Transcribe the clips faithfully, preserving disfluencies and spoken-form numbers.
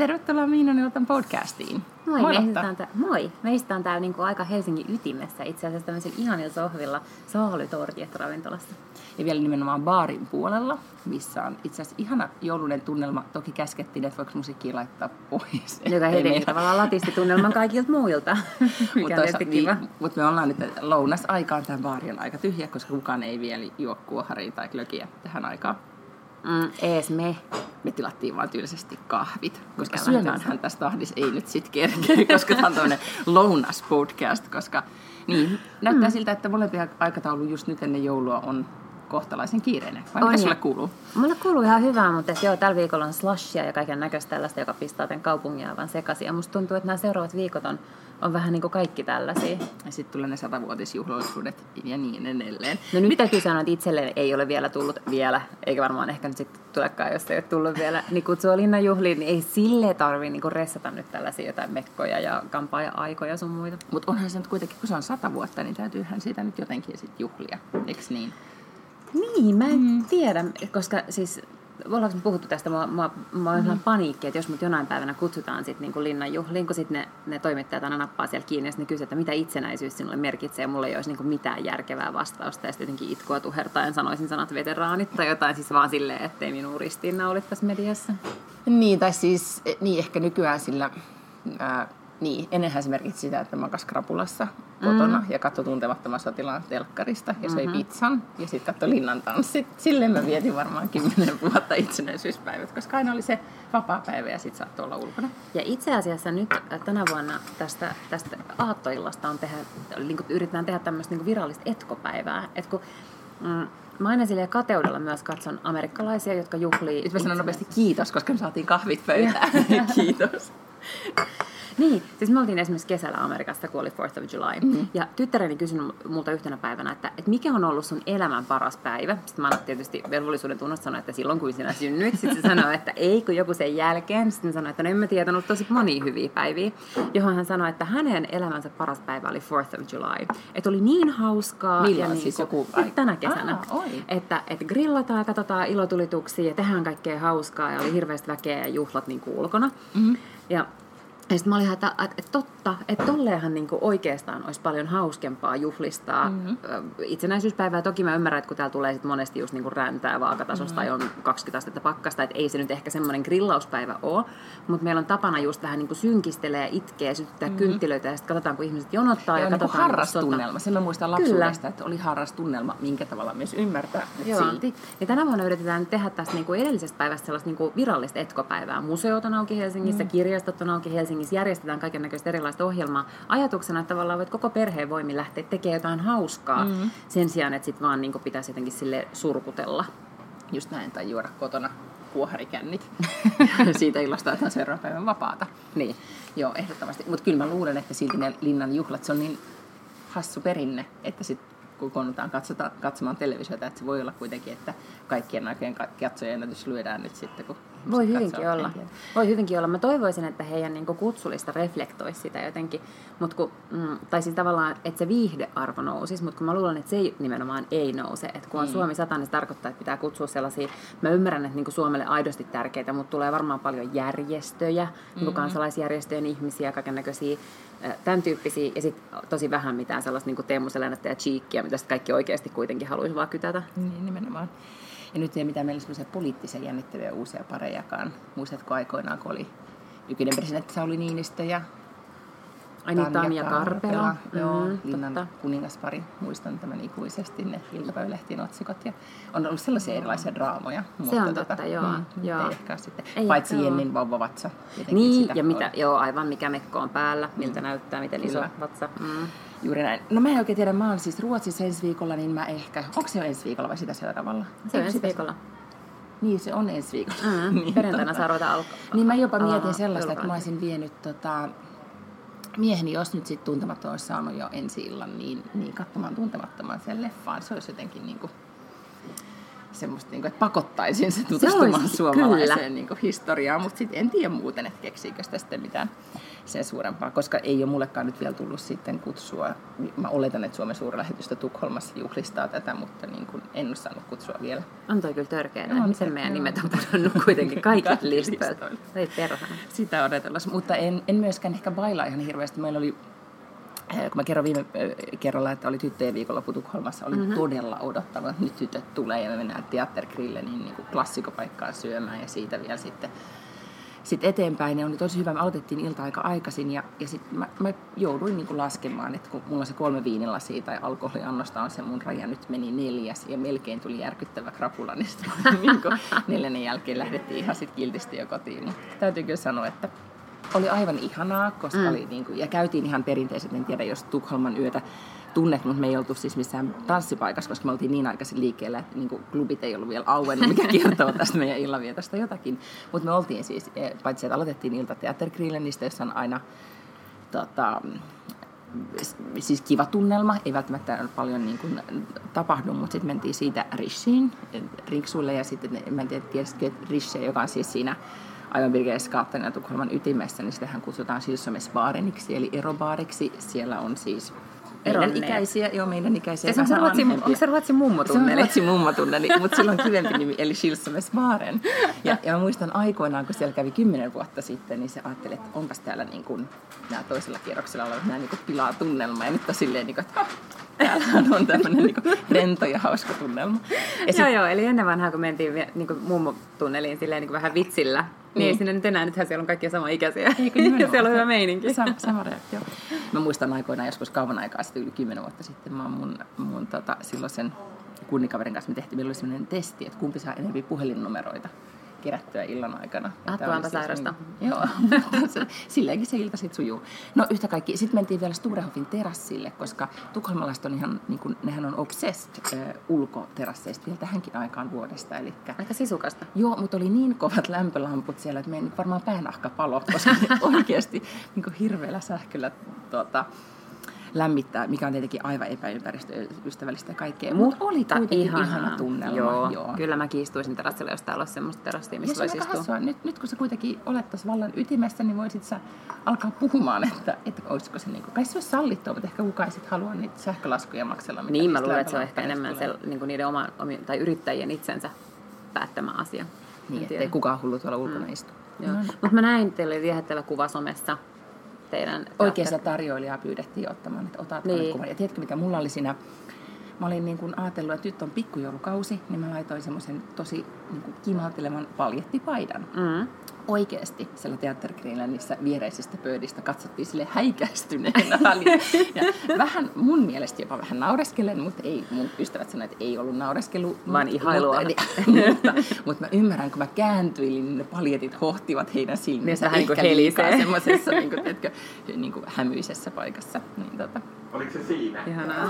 tervetuloa Miina Nilotan podcastiin. Moi, me istutaan, tää, moi. Me istutaan täällä niinku aika Helsingin ytimessä, itse asiassa tämmöisellä ihanilla sohvilla Saalytortiet-ravintolassa. Ja vielä nimenomaan baarin puolella, missä on itse asiassa ihana joulunen tunnelma. Toki käskettiin, että voiko musiikkia laittaa pois. Joka heidän tavallaan latisti tunnelman kaikilta muilta, mikä on tietysti kiva. Mutta me ollaan nyt lounasaikaan, tämä baari on aika tyhjä, koska kukaan ei vielä juo kuoharia tai glögiä tähän aikaan. Mm, ees me. Me tilattiin vaan tyylisesti kahvit, koska syömäänhän tässä tahdissa ei nyt sit kerkeä, koska tämä on tämmöinen lounaspodcast, koska niin, näyttää mm. siltä, että molempia aikataulu just nyt ennen joulua on kohtalaisen kiireinen. Vai on mitä sulle kuuluu? Mulle kuuluu ihan hyvää, mutta joo, tällä viikolla on slushia ja kaiken näköistä tällaista, joka pistää tämän kaupungin aivan sekaisin. Ja musta tuntuu, että nämä seuraavat viikot on, on vähän niin kuin kaikki tällaisia. Ja sitten tulee ne satavuotisjuhlallisuudet ja niin edelleen. No nyt täytyy sanoa, että itselle ei ole vielä tullut vielä, eikä varmaan ehkä nyt sitten tulekaan, jos ei ole tullut vielä, niin kutsua linnanjuhliin, niin ei silleen tarvitse niin ressata nyt tällaisia jotain mekkoja ja kampaaja-aikoja sun muita. Mutta onhan se nyt kuitenkin, kun se on sata vuotta, niin täytyyhän siitä nyt jotenkin sitten juhlia, eikö niin? Niin, mä en mm. tiedä, koska siis ollaanko me puhuttu tästä, mua, mua, mua on mm. paniikki, että jos mut jonain päivänä kutsutaan sit niinku linnanjuhliin, kun sit ne, ne toimittajat aina nappaa siellä kiinni ja sitten ne kysyvät, että mitä itsenäisyys sinulle merkitsee, ja mulla ei olisi niinku mitään järkevää vastausta, ja sitten jotenkin itkua tuhertaen sanoisin sanat veteraanit tai jotain, siis vaan silleen, ettei minun ristiinnaulittaisi mediassa. Niin, tai siis niin ehkä nykyään sillä... Ää, Niin, ennenhän se merkitsi sitä, että makas krapulassa kotona mm. ja katsoi Tuntemattoman sotilaan telkkarista ja söi mm-hmm. pizzan ja sitten katsoi linnan tanssit. Silleen mä vietin varmaan kymmenen vuotta itsenäisyyspäivät, koska aina oli se vapaa-päivä ja sitten saattoi olla ulkona. Ja itse asiassa nyt tänä vuonna tästä, tästä aattoillasta on tehdä, niin yritetään tehdä tämmöistä niin virallista etkopäivää. Et kun, mm, mä aina silleen kateudella myös katson amerikkalaisia, jotka juhlii... Nyt mä sanon nopeasti kiitos, koska me saatiin kahvit pöytään. Kiitos. Niin, siis me oltiin esimerkiksi kesällä Amerikassa, kun oli fourth of July. Mm-hmm. Ja tyttäreni kysyi multa yhtenä päivänä, että, että mikä on ollut sun elämän paras päivä. Sitten mä annan tietysti velvollisuuden tunnosta sanoa, että silloin kun sinä synnyit. Sitten se sanoi, että ei, kun joku sen jälkeen. Sitten sanoi, että no en mä tietänyt tosi monia hyviä päiviä. Johon hän sanoi, että hänen elämänsä paras päivä oli fourth of July. Että oli niin hauskaa. Milloin ja niin siis kuin, joku nyt tänä kesänä. Ah, että, että grillataan ja katsotaan ilotulituksia ja tehdään kaikkea hauskaa. Ja oli hirveästi väkeä ja juhlat niin kuin ulkona. Mm-hmm. Ja Ja sitten mä olin että, että, että totta, että tolleenhan niinku oikeastaan olisi paljon hauskempaa juhlistaa mm-hmm. itsenäisyyspäivää. Toki mä ymmärrän, että kun täällä tulee sit monesti just niinku räntää vaakatasosta mm-hmm. tai on kaksikymmentä astetta pakkasta, että ei se nyt ehkä semmoinen grillauspäivä ole, mutta meillä on tapana just vähän niinku synkistellä ja itkeä ja sytyttää mm-hmm. kynttilöitä ja sitten katsotaan, kun ihmiset jonottaa. Ja, ja katsotaan niinku harrastunnelma. Sen mä muistan lapsuudesta, että oli harrastunnelma, minkä tavalla myös ymmärtää. Silti. Ja tänä vuonna yritetään tehdä tästä niinku edellisestä päivästä sellaista niinku virallista etkopäivää. Museot on auki Helsingissä, mm-hmm. kirjastot on auki Helsingissä. Järjestetään kaiken näköistä erilaista ohjelmaa ajatuksena, että tavallaan voit koko perheen voimin lähteä tekemään jotain hauskaa mm-hmm. sen sijaan, että sit vaan niin pitäisi jotenkin sille surkutella. Just näin, tai juoda kotona kuoharikännit. Siitä illasta, että on seuraavan päivän vapaata. Niin. Joo, ehdottomasti. Mutta kyllä mä luulen, että silti ne linnan juhlat, se on niin hassu perinne, että sit kun koonnutaan katsomaan televisiota, että se voi olla kuitenkin, että kaikkien aikojen katsojaennätys lyödään nyt sitten, kun voi hyvinkin olla. Voi hyvinkin olla. Mä toivoisin, että heidän niin kuin kutsulista reflektoisi sitä jotenkin, mut kun, mm, tai siis tavallaan, että se viihdearvo nousisi, mutta kun mä luulen, että se ei, nimenomaan ei nouse. Että kun on mm. Suomi sata, niin se tarkoittaa, että pitää kutsua sellaisia, mä ymmärrän, että niin kuin Suomelle aidosti tärkeitä, mutta tulee varmaan paljon järjestöjä, mm-hmm. niin kuin kansalaisjärjestöjen ihmisiä, kaikennäköisiä tämän tyyppisiä, ja sitten tosi vähän mitään sellaista niin kuin Teemu Selänettä ja Cheekkiä, mitä sitten kaikki oikeasti kuitenkin haluaisi vaan kytätä. Niin, nimenomaan. Ja nyt ei mitään meillä sellaisia poliittisia jännittäviä uusia parejakaan. Muistatko aikoinaan, kun oli nykyinen presidentti Sauli Niinistö ja Ai niin, Tanja Karpela. Joo, mm, linnan totta. kuningaspari. Muistan tämän ikuisesti, ne iltapäivälehtien otsikot. Ja on ollut sellaisia erilaisia draamoja. Se mutta on totta, tota, joo. Mm, joo. Ei ehkä sitten. Ei paitsi ehkä Jennin vauvavatsa. Niin, ja mitä, joo, aivan mikä mekko on päällä, miltä mm. näyttää, miten Kyllä. iso vatsa. Mm. Juuri näin. No mä en oikein tiedä, mä oon siis Ruotsissa ensi viikolla, niin mä ehkä... Onko se jo ensi viikolla vai sitä seuraavalla? Se on ensi viikolla. Niin, se on ensi viikolla. Mm, niin, perjantaina saa ruveta alkaa. Niin mä jopa mietin sellaista, että mä olisin vienyt tota, mieheni, jos nyt sitten Tuntemattoman olisi saanut jo ensi illan, niin, niin katsomaan Tuntemattoman sen leffaan. Se olisi jotenkin niin kuin semmoista, niin kuin, että pakottaisin se tutustumaan olisi, suomalaiseen niin kuin, historiaan, mutta sitten en tiedä muuten, että keksiikö sitä sitten mitään sen suurempaa, koska ei ole mullekaan nyt vielä tullut sitten kutsua. Mä oletan, että Suomen suurlähetystö Tukholmassa juhlistaa tätä, mutta niin kuin, en ole saanut kutsua vielä. On toi kyllä törkeää. No, miten meidän nimet on pudonnut kuitenkin kaikki listoilta. Ei perhana. Sitä odotellaan, mutta en, en myöskään ehkä bailaa ihan hirveästi. Meillä oli, kun mä kerron viime kerralla, että oli tyttöjen viikonloppu Tukholmassa, olin mm-hmm. todella odottanut, että nyt tytöt tulee ja me mennään Teattergrilleniin niin kuin klassikopaikkaan syömään ja siitä vielä sitten Sitten eteenpäin, ne oli tosi hyvä. Me aloitettiin ilta aika aikaisin ja, ja sitten mä, mä jouduin niin kuin laskemaan, että kun mulla on se kolme viinilasia tai alkoholiannosta on se mun raja, nyt meni neljäs ja melkein tuli järkyttävä krapula, niin sitten niin neljännen jälkeen lähdettiin ihan sitten kiltisti jo kotiin. Mutta täytyy kyllä sanoa, että oli aivan ihanaa, koska mm. oli niin kuin, ja käytiin ihan perinteiset, en tiedä jos Tukholman yötä tunnet, mutta me ei oltu siis missään tanssipaikassa, koska me oltiin niin aikaisin liikkeellä, että niin kuin klubit ei ollut vielä auennut, mikä kertoo tästä meidän illanvietosta jotakin. Mutta me oltiin siis, paitsi että aloitettiin ilta Teattergrillenistä, jossa on aina tota, siis kiva tunnelma, ei välttämättä ole paljon niin kuin tapahdu, mutta sitten mentiin siitä Rishiin, Rinksuille, ja sitten mä en tiedä, tiedätkö, että Rishi, joka on siis siinä aivan Birger-Skatten ja Tukholman ytimessä, niin sitähän kutsutaan Skilsmäsbareniksi, eli erobaariksi. Siellä on siis meidän ikäisiä, joo, meidän ikäisiä. Se on se Ruotsin, se Ruotsin mummotunneli. Se on Ruotsin mummotunneli, mutta sillä on kivempi nimi, eli Skilsmäsbaren. Ja, ja mä muistan aikoinaan, kun siellä kävi kymmenen vuotta sitten, niin se ajatteli, että onpas täällä niin kuin, nämä toisella kierroksella olevat nämä niin kuin pilaa tunnelma. Ja nyt on silleen, niin kuin, että täällähän on tämmöinen niin kuin rento ja hauska tunnelma. Ja sit, joo, joo, eli ennen vanhaa, kun mentiin niin kuin mummotunneliin silleen niin kuin vähän vitsillä, niin ei sinne nyt enää, nythän siellä on kaikkia samaikäisiä. Eikö ja siellä on hyvä meininki. Sama, sama reaktio. Mä muistan aikoinaan joskus kauan aikaa, sitten yli kymmenen vuotta sitten, mä mun, mun tota, silloisen kunnikaverin kanssa me tehtiin, meillä oli sellainen testi, että kumpi saa enemmän puhelinnumeroita kerättyä illan aikana. Attuanpa sairasta. Siis, joo, silleenkin se ilta sitten sujuu. No yhtä kaikki, sitten mentiin vielä Sturehofin terassille, koska tukholmalaiset on ihan, niin kuin, nehän on obsessed äh, ulkoterasseista vielä tähänkin aikaan vuodesta. Elikkä, aika sisukasta. Joo, mutta oli niin kovat lämpölamput siellä, että meidän varmaan päänahka palo, koska ne oikeasti niin kuin hirveällä sähköllä tuota, lämmittää, mikä on tietenkin aivan epäympäristöystävällistä ja kaikkea. Mutta oli kuitenkin ihana, ihana tunnelma. Joo, joo. Kyllä mä kiistuisin terassilla, jos täällä olisi semmoista terassia, missä voisi istua. Nyt, nyt kun sä kuitenkin olet tässä vallan ytimessä, niin voisit sä alkaa puhumaan, että, että olisiko se niin kuin, kai se olisi sallittua, mutta ehkä kukaan ei sit halua niitä sähkölaskuja maksella. Niin, mä luulen, että se on ehkä enemmän se, niin kuin niiden oma, tai yrittäjien itsensä päättämä asia. Niin, ettei kukaan hullu tuolla ulkona mm. istu. No, mutta mä näin, teillä oli viehättävä kuva somessa. Teidän oikeassa tarjoilijaa pyydettiin ottamaan, että otatko niin. kuvan. Ja tiedätkö, mitä mulla oli siinä? Mä olin niin kuin ajatellut, että nyt on pikkujoulukausi, niin mä laitoin semmoisen tosi niin kuin kimaltelevan paljettipaidan. Mm. Oikeasti siellä Teattergrillenissä viereisistä pöydistä katsottiin sille häikäistyneenä väliin. Ja vähän, mun mielestä jopa vähän naureskellen, mutta ei, mun ystävät sanoivat, että ei ollut naureskelu. Vaan ihailua. Mutta, mutta mä ymmärrän, kun mä kääntyin, niin ne paljetit hohtivat heidän silmiinsä. Niin ehkä liikaa semmoisessa niin kuin, tiedätkö, niin kuin hämyisessä paikassa. Niin, tota. Oliko se siinä? Ihanaa.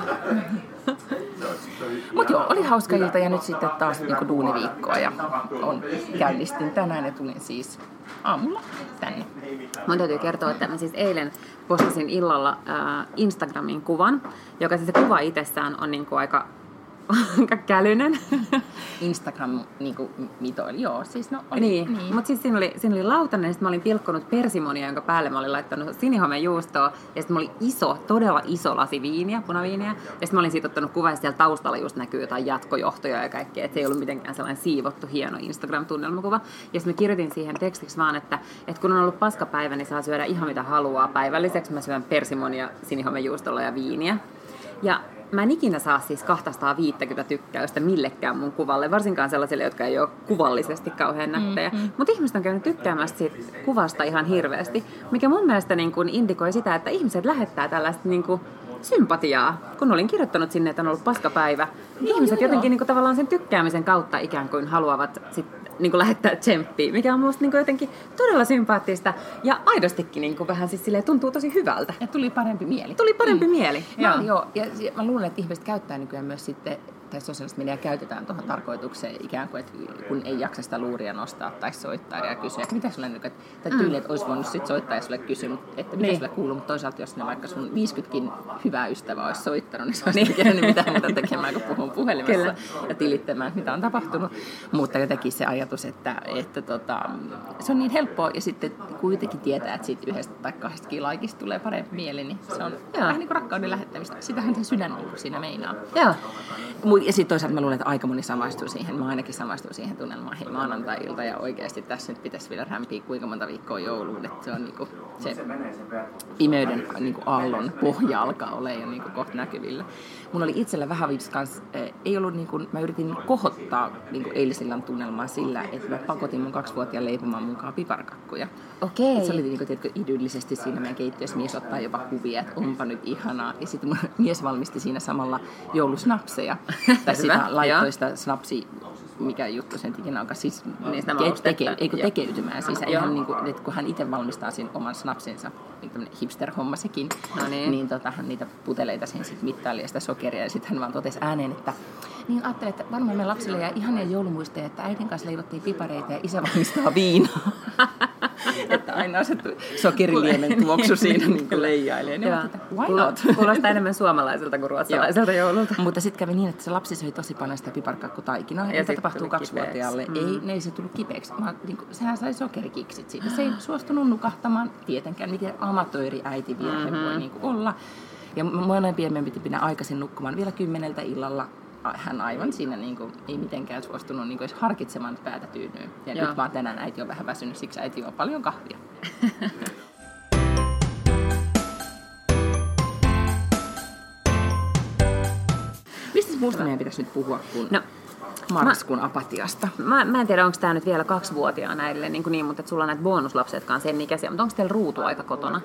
Mutta joo, oli hauska ilta ja nyt sitten taas niinku duuniviikkoa ja on, käynnistin tänään ja tulin siis aamulla tänne. Mun täytyy kertoa, että mä siis eilen postasin illalla äh, Instagramin kuvan, joka siis se kuva itsessään on niinku aika aika kälynen. Instagram-mitoili, joo. Siis no, oli, niin, niin. mutta siis siinä oli, siinä oli lautanen, ja sitten mä olin pilkkonut persimonia, jonka päälle mä olin laittanut sinihomejuustoa, ja sitten mä olin iso, todella iso lasi viiniä, punaviiniä, ja sitten mä olin siitä ottanut kuva, ja siellä taustalla just näkyy jotain jatkojohtoja ja kaikkea, että se ei ollut mitenkään sellainen siivottu, hieno Instagram-tunnelmakuva. Ja sitten mä kirjoitin siihen tekstiksi vaan, että, että kun on ollut paskapäivä, niin saa syödä ihan mitä haluaa päivälliseksi. Mä syön persimonia, sinihomejuustolla ja viiniä. Ja mä en ikinä saa siis kaksisataaviisikymmentä tykkäystä millekään mun kuvalle, varsinkaan sellaisille, jotka ei ole kuvallisesti kauhean nättejä. Mm-hmm. Mutta ihmiset on käynyt tykkäämässä siitä kuvasta ihan hirveästi, mikä mun mielestä niin kun indikoi sitä, että ihmiset lähettää tällaista niin kun sympatiaa. Kun olin kirjoittanut sinne, että on ollut paskapäivä, niin ihmiset joo, jotenkin joo. Niin kun tavallaan sen tykkäämisen kautta ikään kuin haluavat sit niin kuin lähettää tsemppiä, mikä on musta niin kuin jotenkin todella sympaattista ja aidostikin niin kuin vähän siis silleen tuntuu tosi hyvältä. Ja tuli parempi mieli. Tuli parempi mm. mieli. Ja, no. joo, ja mä luulen, että ihmiset käyttää nykyään myös sitten tai sosiaalista mediaa käytetään tuohon tarkoitukseen ikään kuin, että kun ei jaksa sitä luuria nostaa tai soittaa ja kysyä, että mitä sulle nyt, tai tyyli, että olisi voinut sit soittaa ja sulle kysyä, että mitä niin. sulle kuuluu, mutta toisaalta jos ne vaikka sun viisikymmentäkin hyvää ystävää olisi soittanut, niin se olisi niin. tehnyt mitään muuta tekemään, kun puhun puhelimessa Kyllä. ja tilittämään, mitä on tapahtunut. Mutta jotenkin se ajatus, että, että tota, se on niin helppoa ja sitten kuitenkin tietää, että siitä yhdestä tai kahdesta laikista tulee parempi mieli, niin se on Joo. vähän niin kuin rakkauden lähettämistä. Sitähän se sydän niin siinä meinaa. Joo. Ja sitten toisaalta mä luulen, että aika moni samaistuu siihen. Mä ainakin samaistun siihen tunnelmaan. Hei, maanantai-ilta ja oikeasti tässä nyt pitäisi vielä rämpiä kuinka monta viikkoa jouluun. Että se on niinku se pimeyden niinku aallon pohja alkaa olemaan jo niinku kohta näkyvillä. Mun oli itsellä vähän viips kanssa, ei ollut niinku, mä yritin kohottaa niinku eilisillan tunnelmaa sillä, että mä pakotin mun kaksivuotiaan leipomaan mukaan piparkakkuja. Okei. Et se oli niinku, tiedätkö, idyllisesti siinä meidän keittiössä mies ottaa jopa kuvia, että onpa nyt ihanaa. Ja sitten mun mies valmisti siinä samalla joulusnapseja. Tai sitä laittoi sitä snapsia, mikä juttu sen ikinä onkaan, siis ke- teke, eikö tekeytymään. Siis ihan niin kuin, että kun hän itse valmistaa siinä oman snapsinsa, niin hipster-homma sekin, no niin, niin tota, hän niitä puteleita siinä sit mittaili ja sitä sokeria. Ja sitten hän vaan totesi ääneen, että niin ajattelin, että varmaan meidän lapsille jää ihania joulumuisteja, että äidin kanssa leivottiin pipareita ja isä valmistaa viinaa. Että aina se sokeriliemen tuoksu siinä niin kuin leijailee. Niin että why not? Kuulostaa enemmän suomalaiselta kuin ruotsalaiselta joululta. Mutta sitten kävi niin, että se lapsi söi tosi paljon sitä piparkakkutaikinaa. Ja mitä tapahtuu kaksivuotiaalle? Mm. Ei, ne ei se tullut kipeäksi. Mä, niin kuin, sehän sai sokerikiksit siitä. Se ei suostunut nukahtamaan tietenkään, miten amatööriäiti virhe mm-hmm. voi niin kuin olla. Ja molempien meidän piti pitää aikaisin nukkumaan vielä kymmeneltä illalla. Hän aivan siinä niin kuin, ei mitenkään suostunut niin kuin, edes harkitsemaan päätä tyynyyn. Ja Joo. nyt vaan tänään äiti on vähän väsynyt, siksi äiti juo paljon kahvia. Mistä muusta meidän pitäisi nyt puhua kuin no, marraskuun mä, apatiasta? Mä, mä en tiedä, onko tämä nyt vielä kaksivuotiaana näille, niin, niin mutta että sulla on näitä bonuslapsetkaan sen ikäisiä, mutta onko teillä ruutuaika kotona?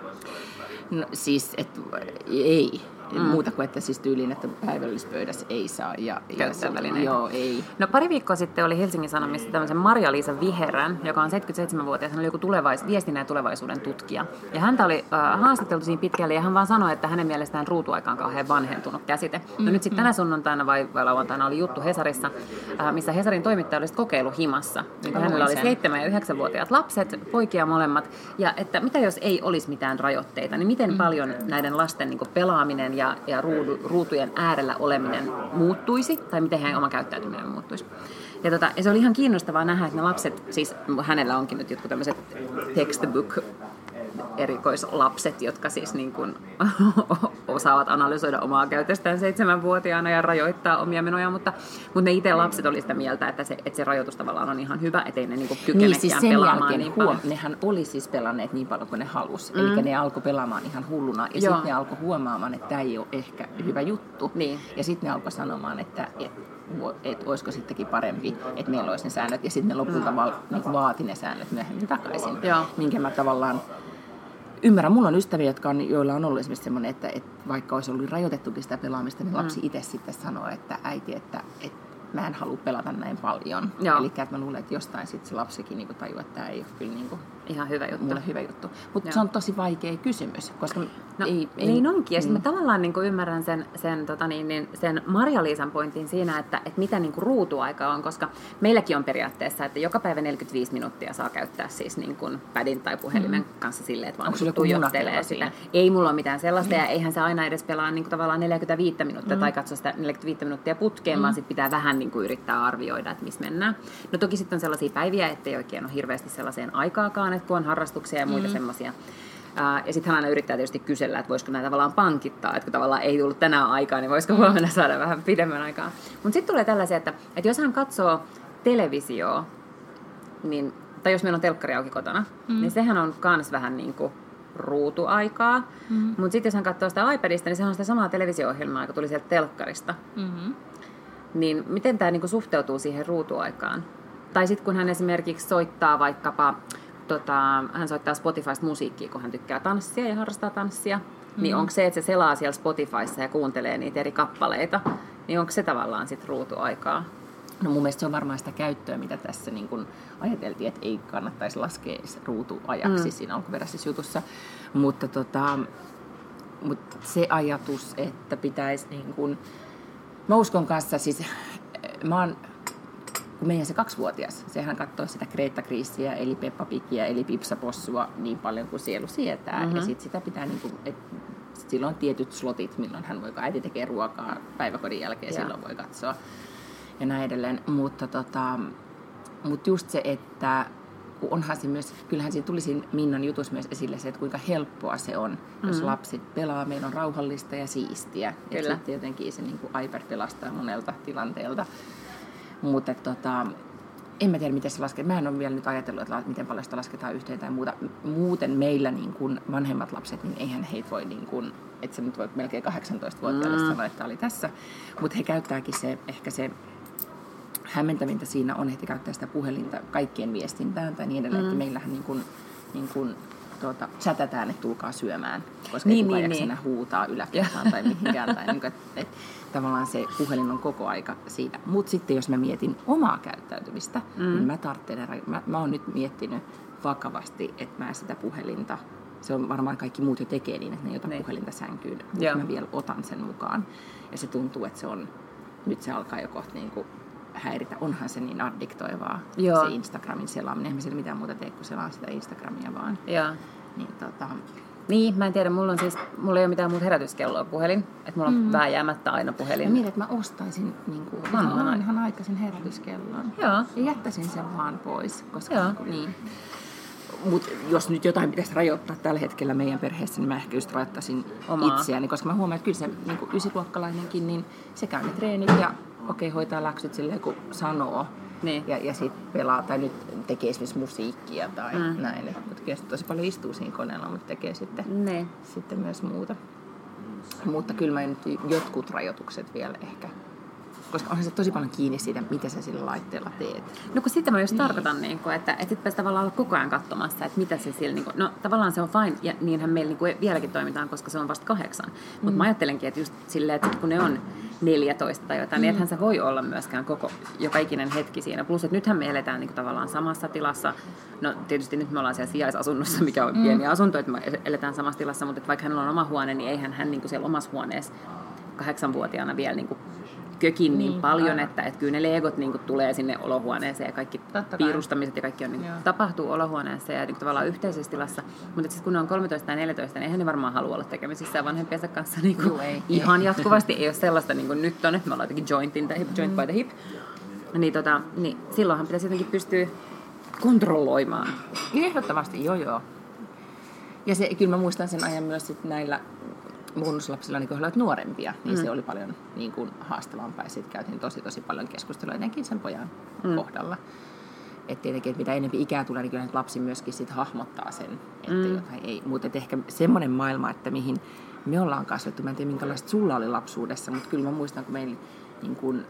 No siis, että ei. Mm. Muuta kuin, että siis tyyliin, että päivällispöydässä ei saa. Ja, Käyttää välineitä. Joo, ei. No pari viikkoa sitten oli Helsingin Sanomissa tämmöisen Marja-Liisa Viherän, joka on seitsemänkymmentäseitsemänvuotias. Hän oli joku tulevais, viestinnän ja tulevaisuuden tutkija. Ja häntä oli äh, haastatteltu siinä pitkälle ja hän vaan sanoi, että hänen mielestään ruutuaika on kauhean vanhentunut käsite. No mm. nyt sitten tänä sunnuntaina vai, vai lauantaina oli juttu Hesarissa, äh, missä Hesarin toimittaja oli kokeilu himassa. Niin hänellä oli seitsemän- ja yhdeksänvuotiaat lapset, poikia molemmat. Ja että mitä jos ei olisi mitään rajoitteita, niin miten mm. paljon näiden lasten niin kuin pelaaminen ja, ja ruudu, ruutujen äärellä oleminen muuttuisi, tai miten heidän oma käyttäytyminen muuttuisi. Ja, tota, ja se oli ihan kiinnostavaa nähdä, että ne lapset, siis hänellä onkin nyt jotkut tämmöiset textbook erikoislapset, jotka siis niin kuin osaavat analysoida omaa käytöstään seitsemänvuotiaana ja rajoittaa omia menoja, mutta, mutta ne itse lapset oli sitä mieltä, että se, että se rajoitus tavallaan on ihan hyvä, ettei ne niin kuin kykenekään niin, siis pelaamaan niin paljon. Huom- nehän oli siis pelanneet niin paljon kuin ne halusi, mm. eli ne alkoi pelaamaan ihan hulluna ja sitten ne alkoi huomaamaan, että tämä ei ole ehkä hyvä juttu niin. Ja sitten ne alkoi sanomaan, että et, että olisiko sittenkin parempi, että meillä olisi ne säännöt ja sitten ne lopulta mm. va- niin vaati ne säännöt myöhemmin takaisin, Joo. minkä mä tavallaan ymmärrän, mulla on ystäviä, jotka on, joilla on ollut esimerkiksi semmoinen, että, että vaikka olisi ollut rajoitettukin sitä pelaamista, niin lapsi mm. itse sitten sanoo, että äiti, että, että mä en halua pelata näin paljon. Joo. Eli että mä luulen, että jostain sitten se lapsikin niin tajuaa, että tämä ei ole kyllä niin kuin ihan hyvä juttu. Mulle hyvä juttu. Mutta se on tosi vaikea kysymys, koska no, ei, ei... Niin onkin. Ja mm. sitten mä tavallaan niin kuin ymmärrän sen, sen, tota niin, niin, sen Marja-Liisan pointin siinä, että, että mitä niin kuin ruutuaika on, koska meilläkin on periaatteessa, että joka päivä neljäkymmentäviisi minuuttia saa käyttää siis niin kuin pädin tai puhelimen mm. kanssa silleen, että vaan niin tuijottelee sitä. Ei mulla ole mitään sellaista, mm. ja eihän se aina edes pelaa niin kuin tavallaan neljäkymmentäviisi minuuttia mm. tai katso sitä neljäkymmentäviisi minuuttia putkeen, mm. vaan sitten pitää vähän niin kuin yrittää arvioida, että missä mennään. No toki sitten on sellaisia päiviä, ettei oikein ole hirveästi sellaiseen aikaakaan, että kun on harrastuksia ja muita mm. semmoisia. Ja sitten hän aina yrittää tietysti kysellä, että voisiko näitä tavallaan pankittaa, että kun tavallaan ei tullut tänään aikaa, niin voisiko huomenna saada vähän pidemmän aikaa. Mutta sitten tulee tällaisia, että, että jos hän katsoo televisioa, niin, tai jos meillä on telkkari auki kotona, mm. niin sehän on kans vähän niin kuin ruutuaikaa. Mm. Mutta sitten jos hän katsoo sitä iPadista, niin sehän on sitä samaa televisio-ohjelmaa, joka tuli sieltä telkkarista. Mm-hmm. Niin miten tämä niinku suhteutuu siihen ruutuaikaan? Tai sitten kun hän esimerkiksi soittaa vaikkapa, tota, hän soittaa Spotifysta musiikkia, kun hän tykkää tanssia ja harrastaa tanssia, mm-hmm. niin onko se, että se selaa siellä Spotifyssa ja kuuntelee niitä eri kappaleita, niin onko se tavallaan sitten ruutuaikaa? No mun mielestä se on varmaan sitä käyttöä, mitä tässä niin kun ajateltiin, että ei kannattaisi laskea ruutuajaksi mm. siinä alkuperäisessä jutussa, mutta, tota, mutta se ajatus, että pitäisi niin kun mä uskon kanssa, siis mä oon, kun meidän se kaksivuotias, sehän katsoo sitä Kreetta-Kriissiä, eli Peppa Pigiä, eli Pipsapossua niin paljon kuin sielu sietää. Mm-hmm. Ja sit sitä pitää, niin kuin, et, silloin on tietyt slotit, milloin hän voi, kun äiti tekee ruokaa päiväkodin jälkeen, ja silloin voi katsoa ja näin edelleen. Mutta tota, mut just se, että onhan se myös, kyllähän siinä tuli siinä Minnan jutussa myös esille se, että kuinka helppoa se on, mm-hmm. jos lapset pelaa, meillä on rauhallista ja siistiä. Ja sitten jotenkin se niin kuin iPad pelastaa monelta tilanteelta. Mutta tota, en mä tiedä, miten se lasketaan. Mä en ole vielä nyt ajatellut, että miten paljon sitä lasketaan yhteen tai muuta. Muuten meillä niin kun vanhemmat lapset, niin eihän heitä voi, niin kun, että se nyt voi melkein kahdeksantoista-vuotiaille mm. sanoa, että oli tässä. Mutta he käyttääkin se, ehkä se hämmentävintä siinä on, että he käyttää sitä puhelinta kaikkien viestintään tai niin edelleen. Mm. Että meillähän niin kun, niin kun, tuota, chatätään, että tulkaa syömään, koska niin, ei kukaan niin, niin. huutaa yläkertaan tai mihinkään. Tai niin kuin, että, että tavallaan se puhelin on koko aika siitä. Mutta sitten jos mä mietin omaa käyttäytymistä, mm. niin mä tarvitsen, mä, mä oon nyt miettinyt vakavasti, että mä sitä puhelinta, se on varmaan kaikki muut jo tekee niin, että ne ei ota puhelinta sänkyyn, mutta mä vielä otan sen mukaan. Ja se tuntuu, että se on, nyt se alkaa jo kohta niin kuin häiritä. Onhan se niin addiktoivaa, Joo. se Instagramin selaaminen. Eihän siellä mitään muuta tee, kun selaa sitä Instagramia vaan. Joo. Niin, tota... niin, mä en tiedä, mulla on siis, mulla ei ole mitään muuta herätyskelloa puhelin. Että mulla on mm. vääjäämättä aina puhelin. Ja mietin, että mä ostaisin niin kuin, vanhan, ihan aikaisen herätyskellon. Joo. Ja jättäisin sen vaan pois. Koska, Joo. Niin. Mut jos nyt jotain pitäisi rajoittaa tällä hetkellä meidän perheessä, niin mä ehkä just rajoittaisin Omaa. itseäni. Koska mä huomaan, että kyllä se niin kuin ysiluokkalainenkin, niin se käy ne treenit ja okei, hoitaa läksyt silleen, kun sanoo. Niin. Ja, ja sitten pelaa tai nyt tekee esimerkiksi musiikkia tai mm. näin. Mutta kyllä tosi paljon istuu siinä koneella, mutta tekee sitten, niin. sitten myös muuta. Mutta kyllä mä nyt jotkut rajoitukset vielä ehkä. Koska onhan se tosi paljon kiinni siitä, mitä sä sillä laitteella teet. No kun sitä mä just niin. tarkoitan, niin kun, että, että sit pääsi tavallaan olla koko ajan katsomassa, että mitä se sillä, niin kun, no tavallaan se on fine, ja niinhän meillä niin vieläkin toimitaan, koska se on vasta kahdeksan. Mm. Mutta mä ajattelenkin, että just silleen, että kun ne on neljätoista tai jotain, mm. niin ethän se voi olla myöskään koko, joka ikinen hetki siinä. Plus, että nythän me eletään niin tavallaan samassa tilassa. No tietysti nyt me ollaan siellä sijaisasunnossa, mikä on mm. pieni asunto, että me eletään samassa tilassa, mutta vaikka hänellä on oma huone, niin eihän hän niin siellä omassa huoneessa kahdeksanvuotiaana vielä niin kökin niin, niin paljon, että, että kyllä ne legot niin kuin, tulee sinne olohuoneeseen ja kaikki piirustamiset ja kaikki on, niin kuin, tapahtuu olohuoneessa ja niin kuin, tavallaan yhteisessä tilassa. Mutta sitten kun ne on kolmetoista tai neljätoista, niin eihän ne varmaan halua olla tekemisissä vanhempiensa kanssa niin kuin, Juu, ei, ihan ei. jatkuvasti. Ei ole sellaista niin kuin nyt on, että me ollaan jotenkin jointin tai hip, joint by the hip. Niin, tota, niin silloinhan pitäisi jotenkin pystyä kontrolloimaan. Ehdottomasti, joo joo. Ja se, kyllä mä muistan sen ajan myös sit näillä bonuslapsilla, niin kun he olivat nuorempia, niin mm. se oli paljon niin kuin haastavampaa. Ja sitten käytiin tosi, tosi paljon keskustelua etenkin sen pojan mm. kohdalla. Että tietenkin, että mitä enemmän ikää tulee, niin kyllä lapsi myöskin sit hahmottaa sen, että mm. jotain ei. Mutta ehkä semmoinen maailma, että mihin me ollaan kasvettu, mä en tiedä minkälaista sulla oli lapsuudessa, mutta kyllä mä muistan, kun meillä niin kuin,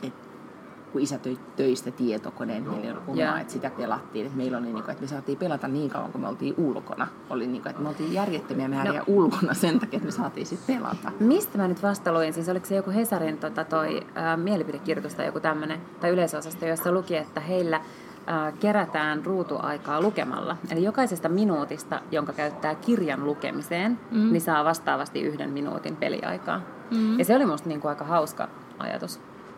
kun isä töi töistä tietokoneen, meillä oli omaa, yeah. että sitä pelattiin. Että meillä oli, niin kuin, että me saatiin pelata niin kauan, kun me oltiin ulkona. Oli niin kuin, että me oltiin järjettömiä määriä no. ulkona sen takia, että me saatiin sitten pelata. Mistä mä nyt vasta luin? Siis oliko se joku Hesarin tota, toi, ää, mielipidekirjoitus tai joku tämmöinen, tai yleisöosasto, jossa luki, että heillä ää, kerätään ruutuaikaa lukemalla. Eli jokaisesta minuutista, jonka käyttää kirjan lukemiseen, mm. niin saa vastaavasti yhden minuutin peliaikaa. Mm. Ja se oli musta niin kuin aika hauska ajatus.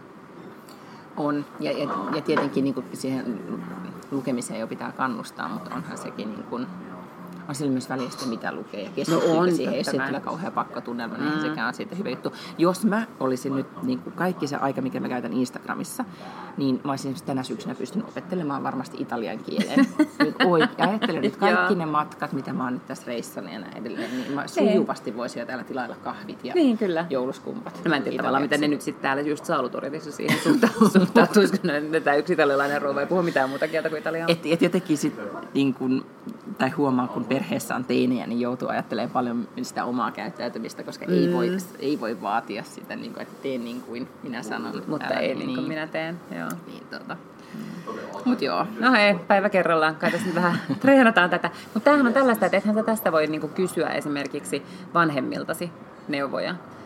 On, ja, ja, ja tietenkin niin kuin siihen lukemiseen jo pitää kannustaa, mutta onhan sekin niin kuin, on sillä myös väliä sitä, mitä lukee ja keskittyykö no siihen, jos siitä tulee kauhean pakkotunnelma, niin mm. sekä on siitä hyvä juttu. Jos mä olisin nyt niin kuin kaikki se aika, mikä mä käytän Instagramissa, niin mä olisin tänä syksynä pystynyt opettelemaan varmasti italian kielen. Nyt oikein, ajattelen nyt kaikki ne matkat, mitä mä oon nyt tässä reissannut ja näin edelleen, niin mä sujuvasti voisin jo täällä tilailla kahvit ja niin, kyllä. jouluskumpat. No mä en tiedä tavallaan, miten ne nyt sitten täällä just Saulutoritissa siihen suhtautuisiko ne tämä yksi italialainen rouva ei puhu mitään muuta kieltä kuin italiaa. Et, et jotenkin sit niin kun, tai huomaa, kun perheessä on teinejä, niin joutuu ajattelemaan paljon sitä omaa käyttäytymistä, koska mm. ei, voi, ei voi vaatia sitä, niin kuin, että teen niin kuin minä sanon. Mutta älä, ei niin kuin niin. minä teen. Joo. Niin, tuota. mm. Mut joo. No hei, päivä kerrallaan. Kai tässä nyt vähän treenataan tätä. Mutta tämähän on tällaista, että ethän sä tästä voi niin kuin kysyä esimerkiksi vanhemmiltasi neuvoja.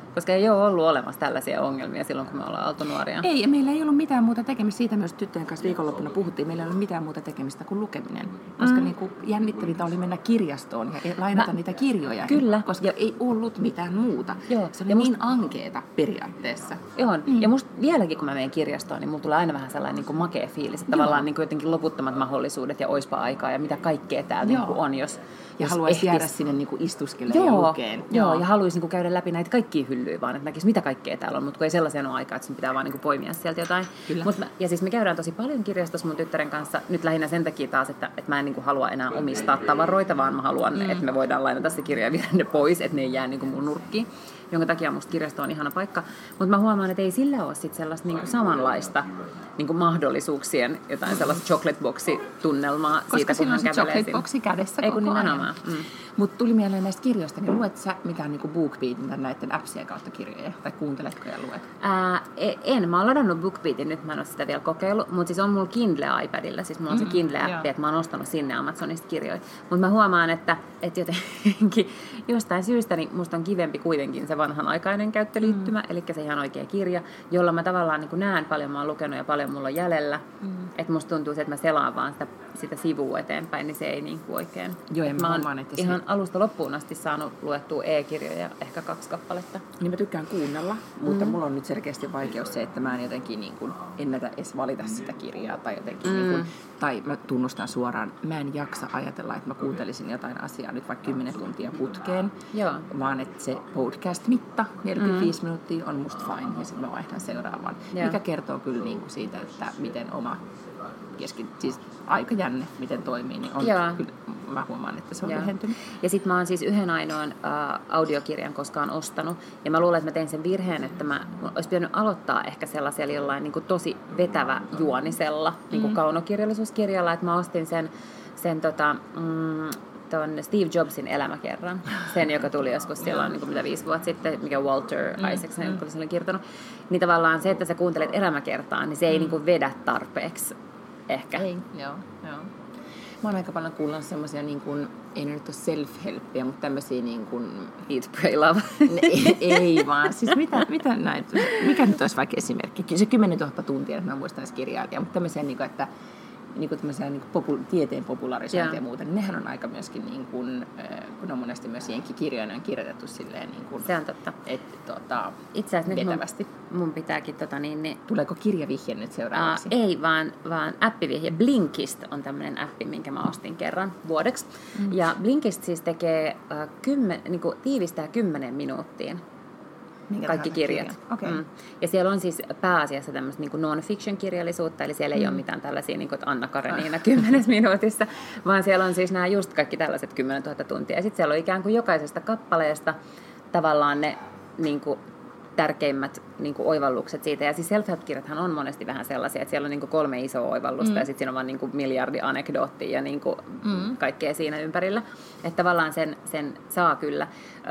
Koska ei ole ollut olemassa tällaisia ongelmia silloin, kun me ollaan oltu nuoria. Ei, ja meillä ei ollut mitään muuta tekemistä. Siitä myös tyttöjen kanssa viikonloppuna puhuttiin. Meillä ei ollut mitään muuta tekemistä kuin lukeminen. Koska mm. niin kuin jännittävintä oli mennä kirjastoon ja lainata Mä... niitä kirjoja. Kyllä. Koska ja... ei ollut mitään muuta. Joo. Se oli ja niin musta... ankeeta periaatteessa. Joo, mm. ja musta vieläkin kun mä menen kirjastoon, niin mulla tulee aina vähän sellainen niin kuin makea fiilis. Että tavallaan niin kuin jotenkin loputtomat mahdollisuudet ja oispa aikaa ja mitä kaikkea täällä niin kuin on, jos... Ja jos haluaisi ehtis... jäädä sinne niin kuin istuskelemaan ja lukeen. Joo, ja haluaisi niin käydä läpi näitä kaikkia hyllyjä vaan, että näkisi mitä kaikkea täällä on, mutta kun ei sellaisia ole aikaa, että sun pitää vaan niin poimia sieltä jotain. Mut mä, ja siis me käydään tosi paljon kirjastossa mun tyttären kanssa, nyt lähinnä sen takia taas, että, että mä en niin halua enää omistaa tavaroita, vaan mä haluan, mm. että me voidaan lainata se kirja ja viedä ne pois, että ne ei jää niin mun nurkkiin, jonka takia musta kirjasto on ihana paikka. Mutta mä huomaan, että ei sillä ole sit sellaista niin samanlaista niin mahdollisuuksien jotain sellaista chocolate boxi-tunnelmaa. Koska siitä, siinä on se chocolate siinä. boxi kädessä ei, koko ajan. Mm. Mutta tuli mieleen näistä kirjoista, niin luet sä mitään niin BookBeatin näiden appsien kautta kirjoja? Tai kuunteletko ja luet? Ää, en. Mä oon ladannut BookBeatin, nyt mä en ole sitä vielä kokeillut. Mutta siis on mulla Kindle iPadilla. Siis mulla on mm-hmm. se Kindle-appi, että mä oon ostanut sinne Amazonista kirjoja. Mutta mä huomaan, että, että jotenkin jostain syystä niin musta on kivempi kuitenkin se vanhanaikainen käyttöliittymä. Mm-hmm. Eli se ihan oikea kirja, jolla mä tavallaan niin näen paljon mä oon lukenut ja paljon mulla on jäljellä. Mm-hmm. Että musta tuntuu se, että mä selaan vaan sitä, sitä sivua eteenpäin, niin se ei niin kuin oikein. Joo, ja mä, mä oon huomaan, että ihan se... alusta loppuun asti saanut luettua e-kirjoja, ehkä kaksi kappaletta. Niin mä tykkään kuunnella, mutta mm. mulla on nyt selkeästi vaikeus se, että mä en jotenkin niin kuin ennätä edes valita sitä kirjaa tai jotenkin, mm. niin kuin, tai mä tunnustan suoraan, mä en jaksa ajatella, että mä kuuntelisin jotain asiaa nyt vaikka kymmenen tuntia putkeen, Joo. vaan että se podcast-mitta, neljäkymmentäviisi mm. minuuttia on musta fine ja sitten mä vaihdan seuraavaan, Joo. mikä kertoo kyllä niin kuin siitä, että miten oma kesken, siis aikajänne, miten toimii, niin on kyllä, mä huomaan, että se on lyhentynyt. Ja sit mä oon siis yhden ainoan äh, audiokirjan koskaan ostanut, ja mä luulen, että mä tein sen virheen, että mä olisi pitänyt aloittaa ehkä sellaisella jollain niin kuin tosi vetävä juonisella, mm. niin kuin kaunokirjallisuuskirjalla, että mä ostin sen, sen tota, mm, ton Steve Jobsin elämäkerran, sen, joka tuli joskus silloin niin kuin mitä viisi vuotta sitten, mikä Walter mm, Isaacson mm. oli silloin kirjoittanut, niin tavallaan se, että sä kuuntelet elämäkertaa, niin se ei mm. niin kuin vedä tarpeeksi ehkä. Ei, joo, joo. Mä oon aika paljon kuullut semmosia niin kuin, ei ne nyt ole self-helppiä, mutta tämmösiä niin kuin... Eat, pray, love. ei, ei vaan, siis mitä, mitä näitä, mikä nyt olisi vaikka esimerkki? Se kymmenen tuhatta tuntia, että mä muistan edes kirjailijaa, mutta tämmöisiä niin kuin, että niin kuin tämmöisiä niin kuin popul- tieteen popularisointia ja muuta, niin nehän on aika myöskin, niin kuin, kun on monesti myös jenkkikirjoina on kirjoitettu silleen, niin kuin, se on totta. Että tota, itse asiassa vetävästi. Mun, mun pitääkin tota niin, niin... Tuleeko kirjavihje nyt seuraavaksi? Uh, ei, vaan, vaan appivihje. Blinkist on tämmöinen appi, minkä mä ostin kerran vuodeksi. Mm. Ja Blinkist siis tekee uh, kymmen, niin kuin tiivistää kymmenen minuuttiin. Minkä kaikki kirjat. Okay. Mm. Ja siellä on siis pääasiassa tämmöistä niin non-fiction-kirjallisuutta, eli siellä mm. ei ole mitään tällaisia, niin kuin Anna Karenina kymmenessä minuutissa, vaan siellä on siis nämä just kaikki tällaiset kymmenentuhatta tuntia. Ja sitten siellä on ikään kuin jokaisesta kappaleesta tavallaan ne niin kuin tärkeimmät niin kuin oivallukset siitä. Ja siis self-help-kirjathan on monesti vähän sellaisia, että siellä on niin kuin kolme isoa oivallusta mm. ja sitten siinä on vaan niin kuin miljardi anekdoottia ja niin kuin mm. kaikkea siinä ympärillä. Että tavallaan sen, sen saa kyllä.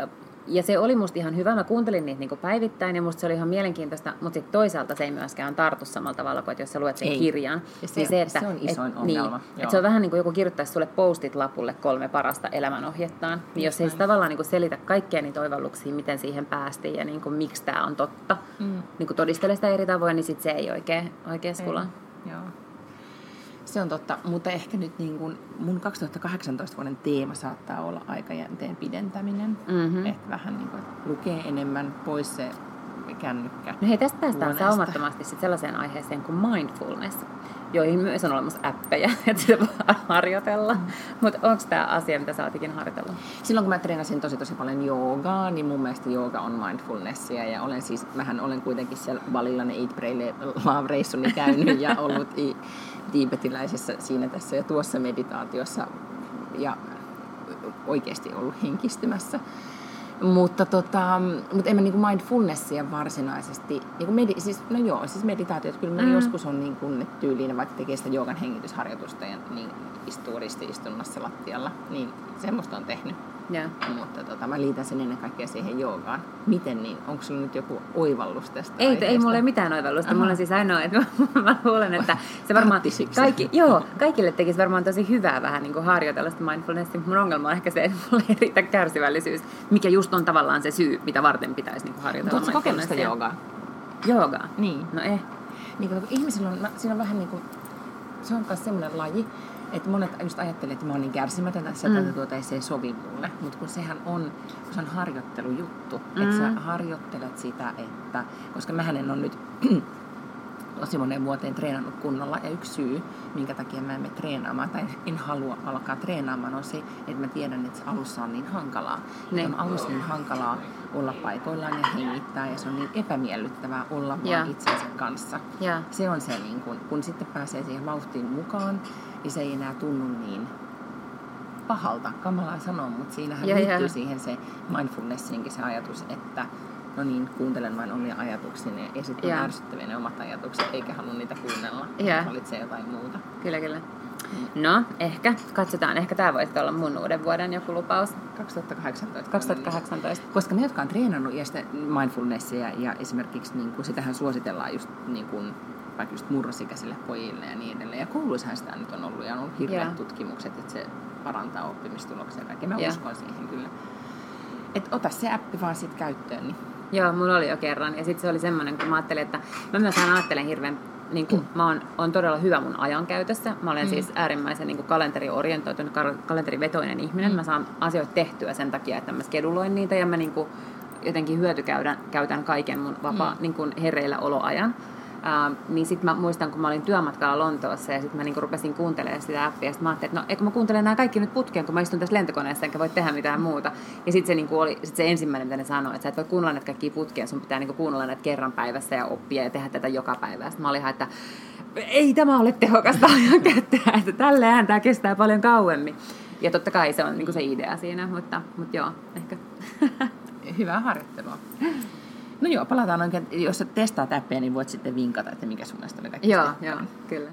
Ja se oli musta ihan hyvä. Mä kuuntelin niitä niinku päivittäin ja musta se oli ihan mielenkiintoista, mutta sitten toisaalta se ei myöskään tartu samalla tavalla kuin, että jos sä luet sen ei. kirjan. Ja se, niin se, että, se on isoin et, ongelma. Niin, että se on vähän niin kuin joku kirjoittaisi sulle postit lapulle kolme parasta elämänohjettaan. Niin jos ei se tavallaan niinku selitä kaikkea niitä oivalluksia, miten siihen päästiin ja niinku, miksi tämä on totta, mm. niinku todistele sitä eri tavoin, niin sit se ei oikein, oikein skula. Joo. Se on totta, mutta ehkä nyt niin kuin mun kaksituhattakahdeksantoista vuoden teema saattaa olla aikajänteen pidentäminen. Mm-hmm. Että vähän niin kuin lukee enemmän pois se kännykkä. No hei, tästä päästään huoneesta saumattomasti sit sellaiseen aiheeseen kuin mindfulness, joihin myös on olemassa appeja, että sitä voi harjoitella. Mm. Mutta onko tämä asia, mitä sä oot ikinä harjoitellut? Silloin kun mä treenasin tosi tosi paljon joogaa, niin mun mielestä jooga on mindfulnessia. Ja olen siis, mähän olen kuitenkin siellä Balilla ne Eat, Pray, Love reissuni käynyt ja ollut i, tiibetiläisessä siinä tässä ja tuossa meditaatiossa ja oikeasti ollut henkistymässä. Mutta, tota, mutta en mä niinku mindfulnessia varsinaisesti, niinku medi, siis, no joo, siis meditaatiot, kyllä mä mm. joskus on niin kuin tyyliin, vaikka tekee sitä joogan hengitysharjoitusta ja niin istuu ristiistunnassa lattialla, niin semmoista on tehnyt. Yeah. Mutta tota, mä liitän sen ennen kaikkea siihen joogaan. Miten niin? Onko sulla nyt joku oivallus tästä Ei, aiheesta? ei mulla ole mitään oivallusta. Aha. Mulla on siis ainoa, että mä, mä luulen, että se varmaan kaikki, joo, kaikille tekisi varmaan tosi hyvää vähän niin kuin harjoitella sitä mindfulnessia. Mun ongelma on ehkä se, että mulla ei riitä kärsivällisyys, mikä just musta on tavallaan se syy, mitä varten pitäisi niinku harjoitella. Oletko kokeillut sitä joogaa? Joogaa? Niin. No eh. Niin, kun ihmisillä on, siinä on vähän niin kuin, se on myös semmoinen laji, että monet just ajattelee, että mä oon niin kärsimätön, että mm. tuota ei se ei sovi mulle. Mutta kun sehän on, kun se on harjoittelujuttu, mm. että sä harjoittelet sitä, että, koska mähän en ole nyt tosi moneen vuoteen treenannut kunnolla. Ja yksi syy, minkä takia mä en mene treenaamaan tai en halua alkaa treenaamaan, on se, että mä tiedän, että se alussa on niin hankalaa. Ne. On alussa niin hankalaa olla paikoillaan ja hengittää ja se on niin epämiellyttävää olla yeah. vaan itsensä kanssa. Yeah. Se on se, niin kun, kun sitten pääsee siihen vauhtiin mukaan, niin se ei enää tunnu niin pahalta. Kamalaa sanoa, mutta siinähän yeah, liittyy yeah. siihen se mindfulnessinkin se ajatus, että no niin, kuuntelen vain omia ajatukseni ja sitten yeah. ärsyttäviä ne omat ajatukset, eikä halua niitä kuunnella, yeah. valitsee jotain muuta. Kyllä, kyllä. No, ehkä. Katsotaan. Ehkä tämä voisi olla mun uuden vuoden joku lupaus. kaksituhattakahdeksantoista. kaksituhattakahdeksantoista. Koska me, jotka on treenannut ja sitä mindfulnessia ja esimerkiksi niin kuin, sitähän suositellaan just niin kuin, vaikka just murrosikäisille pojille ja niin edelleen. Ja kouluissahan sitä nyt on ollut ja on ollut hirveät yeah. tutkimukset, että se parantaa oppimistuloksia ja kaikkea. Mä yeah. uskon siihen kyllä. Että ota se appi vaan sit käyttöön. Niin. Joo, mulla oli jo kerran. Ja sitten se oli semmoinen, kun mä ajattelin, että mä myös ajattelen hirveän, niin kuin, mm. mä oon, oon todella hyvä mun ajan käytössä. Mä olen mm. siis äärimmäisen niin kuin kalenteriorientoitunut, kalenterivetoinen ihminen. Mm. Mä saan asioita tehtyä sen takia, että mä skeduloin niitä ja mä niin kuin, jotenkin hyötykäytän käytän kaiken mun vapaa mm. niin kuin hereillä oloajan. Uh, niin sitten mä muistan, kun mä olin työmatkalla Lontoossa ja sitten mä niinku rupesin kuuntelemaan sitä appia ja sitten mä ajattelin, että no eikö mä kuuntelen nämä kaikki nyt putkeen, kun mä istun tässä lentokoneessa enkä voi tehdä mitään muuta. Ja sitten se, niinku oli, sit se ensimmäinen, mitä ne sanoi, että sä et voi kuunnella näitä kaikkia putkeen, sun pitää niinku kuunnella näitä kerran päivässä ja oppia ja tehdä tätä joka päivä. Ja sitten mä olin ihan, että ei tämä ole tehokasta ajankäyttöä, että tälleen tämä kestää paljon kauemmin. Ja totta kai se on niinku se idea siinä, mutta, mutta joo, ehkä. Hyvää harjoittelua. No joo, palataan oikein. Jos sä testaat appia, niin voit sitten vinkata, että mikä sun mielestä oli kaikista. Joo, joo, kyllä.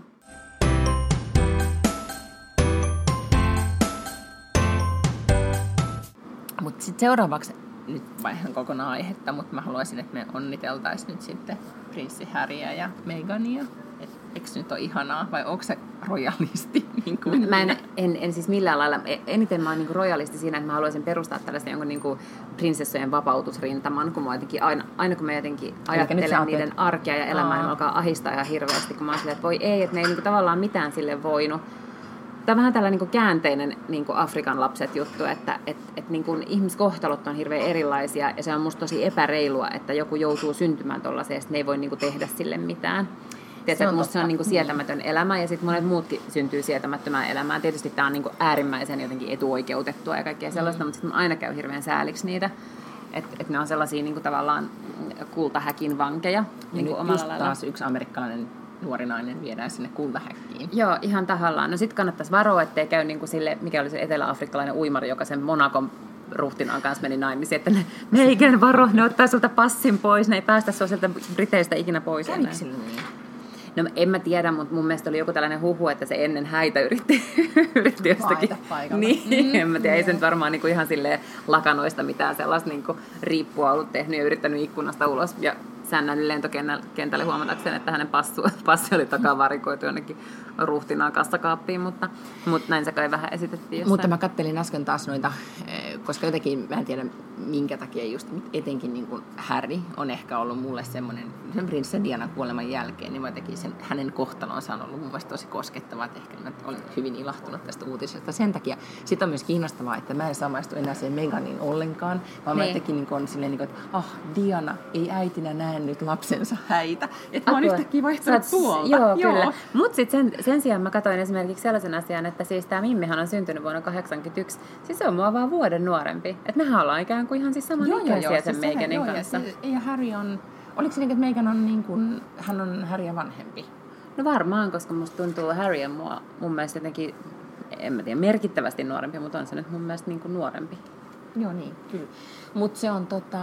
Mutta sitten seuraavaksi, nyt vaihdan kokonaan aihetta, mutta mä haluaisin, että me onniteltaisiin nyt sitten prinssi Harryä ja Meghania. Eikö nyt ole ihanaa, vai onko se rojalisti? Niin kuin mä en, en, en siis millään lailla. Eniten mä oon niin kuin rojalisti siinä, että mä haluaisin perustaa tällaista jonkun niin kuin prinsessojen vapautusrintaman, kun mä jotenkin, aina, aina kun mä jotenkin ajattelen niiden et... arkea ja elämää, niin mä alkaa ahistaa ihan hirveästi, kun mä oon silleen, että voi ei, että ne ei niin kuin tavallaan mitään sille voinut. Tämä on vähän tällainen niin kuin käänteinen niin kuin Afrikan lapset juttu, että et, et niin kuin ihmiskohtalot on hirveän erilaisia ja se on musta tosi epäreilua, että joku joutuu syntymään tollaiseen ja ne ei voi niin kuin tehdä sille mitään. Tiedätkö, musta se on niinku sietämätön elämä ja sitten monet muutkin syntyy sietämättömään elämään. Tietysti tämä on niinku äärimmäisen jotenkin etuoikeutettua ja kaikkea sellaista, mm. mutta sitten aina käy hirveän sääliksi niitä. Että et ne on sellaisia niinku tavallaan kultahäkin vankeja. Niin niinku just lailla. Taas yksi amerikkalainen nuori nainen viedään sinne kultahäkkiin. Joo, ihan tahallaan. No sitten kannattaisi varoa, ettei käy niinku sille, mikä oli se etelä-afrikkalainen uimari, joka sen Monacon ruhtinaan kanssa meni naimisiin, että ne, ne ei ikään varo, ne ottaa sulta passin pois, ne ei päästä sua sieltä Briteistä ikinä pois. Kävikö sille niin? No en mä tiedä, mutta mun mielestä oli joku tällainen huhu, että se ennen häitä yritti, yritti jostakin. Niin, mm, en mä tiedä, ei se nyt varmaan niinku ihan silleen lakanoista mitään sellaista niinku riippua ollut tehnyt ja yrittänyt ikkunasta ulos ja sännännyt lentokentälle huomatakseen, että hänen passu, passi oli takavarikoitu jonnekin ruhtinaan kassakaappiin, mutta, mutta näin se kai vähän esitettiin jossain. Mutta mä kattelin äsken taas noita, koska jotenkin, mä en tiedä minkä takia just etenkin niin kuin Harry on ehkä ollut mulle semmoinen, sen prinsessa Dianan kuoleman jälkeen, niin mä jotenkin sen, hänen kohtalonsa on ollut mun mielestä tosi koskettava, että ehkä mä olen hyvin ilahtunut tästä uutisesta sen takia. Sitten on myös kiinnostavaa, että mä en samaistu enää siihen Meghanin ollenkaan, vaan niin. Mä jotenkin niin kuin, silleen, niin kuin, että ah, Diana ei äitinä näe nyt lapsensa häitä. Että mä oon yhtäkkiä vaihtanut tuolta. Joo, joo. Kyllä. Mutta sitten sen, sen sijaan mä katsoin esimerkiksi sellaisen asian, että siis tämä Mimmihan on syntynyt vuonna kahdeksankymmentäyksi. Siis se on mua vaan vuoden nuorempi. Että mehän ollaan ikään kuin ihan siis samanikäisiä sen siis Meghanin joo, kanssa. Ja, se, ja Harry on, oliko se niin, että Meghan on niin kuin, hän on Harrya vanhempi? No varmaan, koska musta tuntuu Harry on mua, mun mielestä jotenkin, en mä tiedä, merkittävästi nuorempi, mutta on se nyt mun mielestä niin kuin nuorempi. Joo niin, kyllä. Mutta se on tota...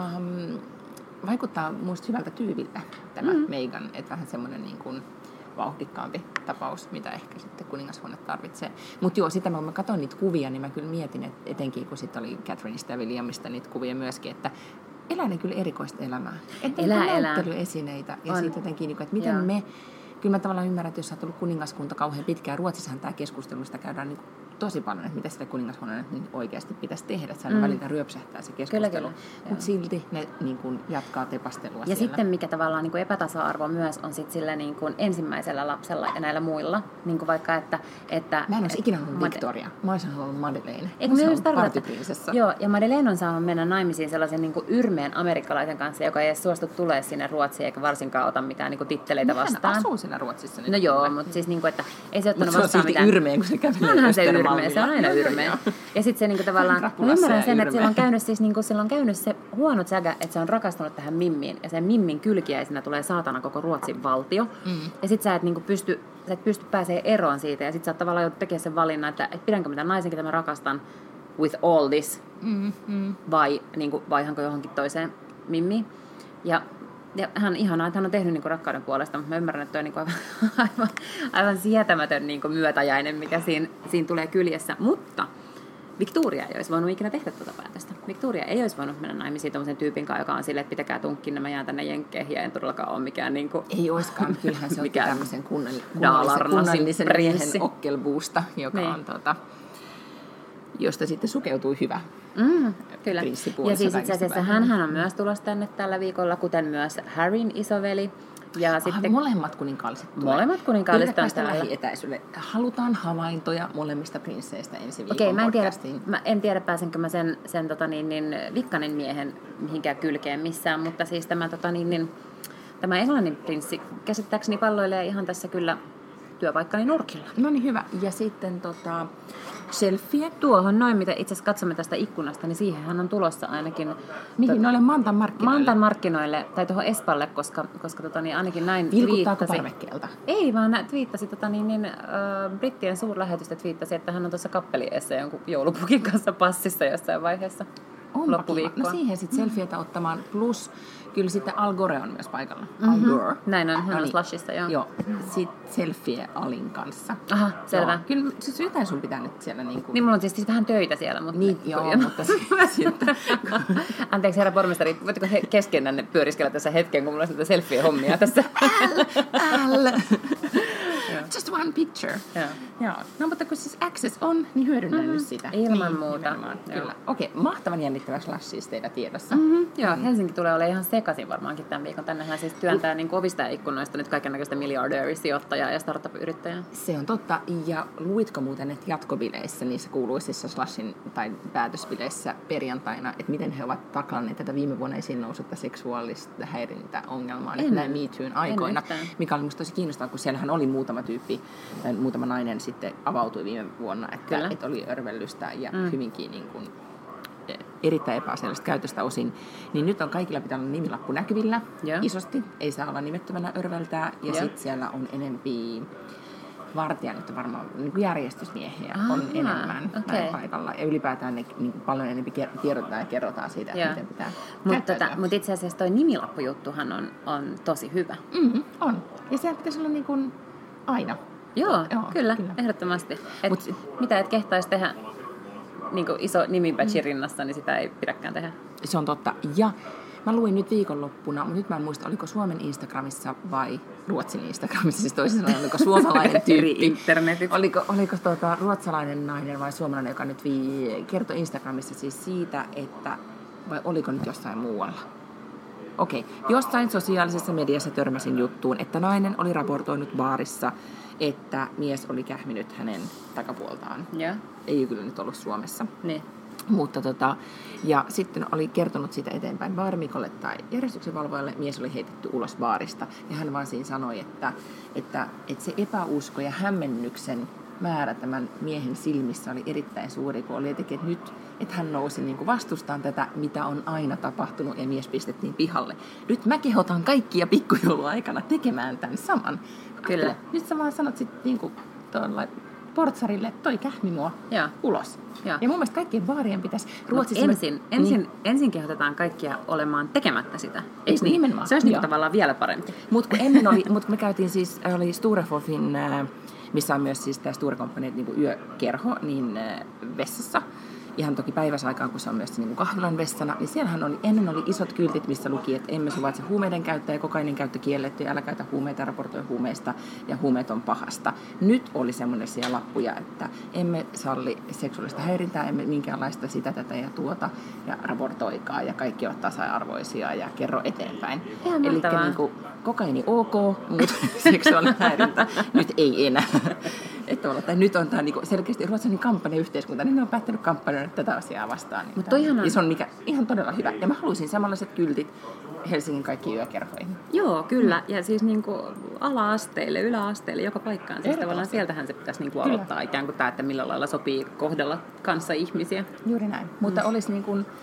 vaikuttaa muista hyvältä tyyviltä tämä mm. Meghan, että vähän semmoinen niin kuin vauhdikkaampi tapaus, mitä ehkä sitten kuningashuone tarvitsee. Mutta joo, sitä kun mä katsoin niitä kuvia, niin mä kyllä mietin, että etenkin kun sitten oli Catherineista ja Williamista niitä kuvia myöskin, että elää ne kyllä erikoista elämää. Että elää, on elää. näyttelyesineitä ja sitten jotenkin, että miten joo. me, kyllä mä tavallaan ymmärrän, että jos sä oot ollut kuningaskunta kauhean pitkään, Ruotsissahan tämä keskustelu, sitä käydään niin tosi paljon, että mitä sitä kuningashuoneella niin oikeasti pitäisi tehdä. Että se aina mm. välillä ryöpsähtää se keskustelu. Mutta silti ne niin kuin, jatkaa tepastelua ja siellä. sitten mikä tavallaan niin kuin epätasa-arvo myös on sit sillä niin kuin ensimmäisellä lapsella ja näillä muilla. Niin kuin vaikka, että... että mä en olisi et, ikinä ollut Mad- Victoria. Mä olisin ollut Madeleine. Eikö me just partyprinsessa. Joo, ja Madeleine on saanut mennä naimisiin sellaisen niin kuin yrmeen amerikkalaisen kanssa, joka ei edes suostu tulee sinne Ruotsiin eikä varsinkaan ota mitään niin kuin titteleitä vastaan. Hän asuu siellä Ruotsissa. No joo, mutta siis niin kuin, että ei se ottanut Mut vastaan mitään. Se on yrmeen, kun se kävelee. Onhan se yrmeen, se on aina yrmeen. Ja sitten se niin kuin tavallaan, mä ymmärrän sen, että sillä on käynyt, siis, niin kuin, sillä on käynyt se huono sägä, että se on rakastunut tähän Mimmiin. Ja sen Mimmin kylkiäisenä tulee saatana koko Ruotsin valtio. Mm. Ja sit sä et niin kuin pysty, sä et pysty pääsemään eroon siitä. Ja sit sä oot tavallaan joudut tekemään sen valinnan, että, että pidänkö mä tämän naisen, ketä mä rakastan with all this. Mm, mm. Vai niin kuin, vaihanko johonkin toiseen Mimmiin. Ja Ja hän ihanaa, että hän on tehnyt niin kuin rakkauden puolesta, mutta mä ymmärrän, että toi on niin kuin aivan, aivan, aivan sietämätön niin kuin myötäjäinen, mikä siinä, siinä tulee kyljessä. Mutta Victoria ei olisi voinut ikinä tehdä tuota päätöstä. Victoria ei olisi voinut mennä naimisiin tommosen tyypin kanssa, joka on silleen, että pitäkää tunkkin, mä jään tänne jenkkeihin ja en todellakaan ole mikään niin kuin... Ei oiskaan, kyllähän se on tämmöisen kunnallisen, kunnallisen miehen okkelbuusta, joka niin. on tuota... josta sitten sukeutui hyvä mm, kyllä. Ja siis itse asiassa hänhän on myös tulossa tänne tällä viikolla, kuten myös Harryn isoveli. Ja ah, sitten molemmat kuninkaalliset tulee. Molemmat kuninkaalliset on täällä. Lähietäisyydelle. Halutaan havaintoja molemmista prinsseistä ensi viikon Okei, mä en tiedä, mä en tiedä pääsenkö mä sen, sen tota niin, niin, vikkanin miehen mihinkään kylkeen missään, mutta siis tämä, tota niin, niin, tämä englannin prinssi käsittääkseni palloilee ihan tässä kyllä työpaikkani nurkilla. No niin, hyvä. Ja sitten tota... selfie. Tuohon noin, mitä itse asiassa katsomme tästä ikkunasta, niin siihenhän on tulossa ainakin... Mihin? To, noille Mantan markkinoille? Mantan markkinoille, tai tuohon Espalle, koska, koska tota, niin ainakin näin vilkuttaako twiittasi... parvekkeelta? Ei, vaan twiittasi, tota, niin, niin, äh, brittien suurlähetystä twiittasi, että hän on tuossa kappelieessä jonkun joulupukin kanssa passissa jossain vaiheessa. Loppuviikkoa. No siihen sitten selfietä ottamaan, plus kyllä sitten Al Gore on myös paikalla. Mm-hmm. Al Gore. Näin on, hän on Slashissa, joo. Joo, sitten selfie Alin kanssa. Aha, selvä. Joo. Kyllä siis jotain sun pitää nyt siellä niin kuin... Niin mulla on siis vähän töitä siellä, mutta... Niin, joo, mutta sitten... Anteeksi herra pormestari, voitteko he keskenään pyöriskellä tässä hetken, kun mulla on näitä selfie-hommia tässä? Al, Al. Just one picture. Joo. Joo. No mutta kun siis access on, niin hyödynnän mm-hmm. nyt sitä. Ilman niin, muuta. Kyllä. Okei, okay, mahtavan jännittävä slash siis teillä tiedossa. Mm-hmm. Joo, Helsinki tulee olemaan ihan sekaisin varmaankin tämän viikon. Tännehän siis työntää niin ovista ja ikkunoista nyt kaikennäköistä miljardöörisijoittajaa ja startup-yrittäjää. Se on totta. Ja luitko muuten, että jatkobileissä, niissä kuuluisissa slashin tai päätösbileissä perjantaina, että miten he ovat taklanneet tätä viime vuonna esiin nousutta seksuaalista häirintäongelmaa nyt näin Me Toon aikoina, mikä oli musta tosi kiinnostavaa, kun siellähän oli muutama tyyppi, muutama nainen sitten avautui viime vuonna, että, että oli örvellystä ja mm. hyvinkin niin kuin, erittäin epäasiallista käytöstä osin, niin nyt on kaikilla pitää olla nimilappu näkyvillä yeah. isosti, ei saa olla nimettömänä örveltää, ja yeah. sitten siellä on enempi vartija, nyt varmaan niin kuin järjestysmiehiä Aha, on enemmän okay. paikalla, ja ylipäätään ne niin kuin paljon enemmän tiedotetaan ja kerrotaan siitä, yeah. että miten pitää Mutta tota, mut itse asiassa toi nimilappujuttuhan on, on tosi hyvä. Mm-hmm, on, ja siellä pitäisi olla niin kuin aina. Joo, Joo kyllä, kyllä, ehdottomasti. Et Mut, mitä et kehtaisi tehdä niin kuin iso nimipätsi rinnassa, niin sitä ei pidäkään tehdä. Se on totta. Ja mä luin nyt viikonloppuna, mutta nyt mä en muista, oliko Suomen Instagramissa vai Ruotsin Instagramissa, siis toisin sanoen, oliko suomalainen tyyppi. oliko oliko tuota, ruotsalainen nainen vai suomalainen, joka nyt vii, kertoi Instagramissa siis siitä, että, vai oliko nyt jossain muualla? Okei, okay. Jossain sosiaalisessa mediassa törmäsin juttuun, että nainen oli raportoinut baarissa, että mies oli kähminyt hänen takapuoltaan. Yeah. Ei kyllä nyt ollut Suomessa. Niin. Mutta tota, ja sitten oli kertonut sitä eteenpäin baarimikolle tai järjestyksenvalvojalle, mies oli heitetty ulos baarista. Ja hän vaan siinä sanoi, että, että, että se epäusko ja hämmennyksen määrä tämän miehen silmissä oli erittäin suuri, kun oli jotenkin, että nyt että hän nousi niin kuin vastustaan tätä, mitä on aina tapahtunut, ja mies pistettiin pihalle. Nyt mä kehotan kaikkia pikkujouluaikana tekemään tämän saman. Kyllä. Ahtele, nyt sä vaan sanot sitten niin kuin tuolla portsarille, että toi kähmi mua ja. ulos. Ja. ja mun mielestä kaikkien baarien pitäisi... Ruotsissa ensin, me... ensin, niin. ensin kehotetaan kaikkia olemaan tekemättä sitä. Eikö niin? Nimenomaan. Se olisi niin tavallaan vielä parempi. Mutta kun ennen oli, mut kun me käytiin siis, oli Sturefofin, missä on myös siis tämä Sture Company niin kuin yökerho, niin vessassa. ihan toki päiväsaikaan, kun se on myös niin kuin kahvilan vessana, niin siellähän oli, ennen oli isot kyltit, missä luki, että emme suvaitse huumeiden käyttöä ja kokainin käyttö kielletty, älä käytä huumeita, raportoi huumeista ja huumeet on pahasta. Nyt oli semmoisia lappuja, että emme salli seksuaalista häirintää, emme minkäänlaista sitä, tätä ja tuota ja raportoikaa ja kaikki ovat tasa-arvoisia ja kerro eteenpäin. Eli niin kuin kokaini ok, mutta seksuaalinen häirintä nyt ei enää. Että olla, nyt on tämä niinku selkeästi Ruotsin kampanjayhteiskunta, niin ne on päättänyt kampanjoida tätä asiaa vastaan. Niin Mutta on, se on mikä, ihan todella hyvä. Ja mä haluaisin samanlaiset kyltit Helsingin kaikkiin yökerhoihin. Joo, kyllä. Mm. Ja siis niinku ala-asteille, yläasteille, joka paikkaan. Siis tavallaan sieltähän se pitäisi niinku aloittaa kyllä. Ikään kuin tämä, että millä lailla sopii kohdella kanssa ihmisiä. Juuri näin. Mm. Mutta olisi niin kuin,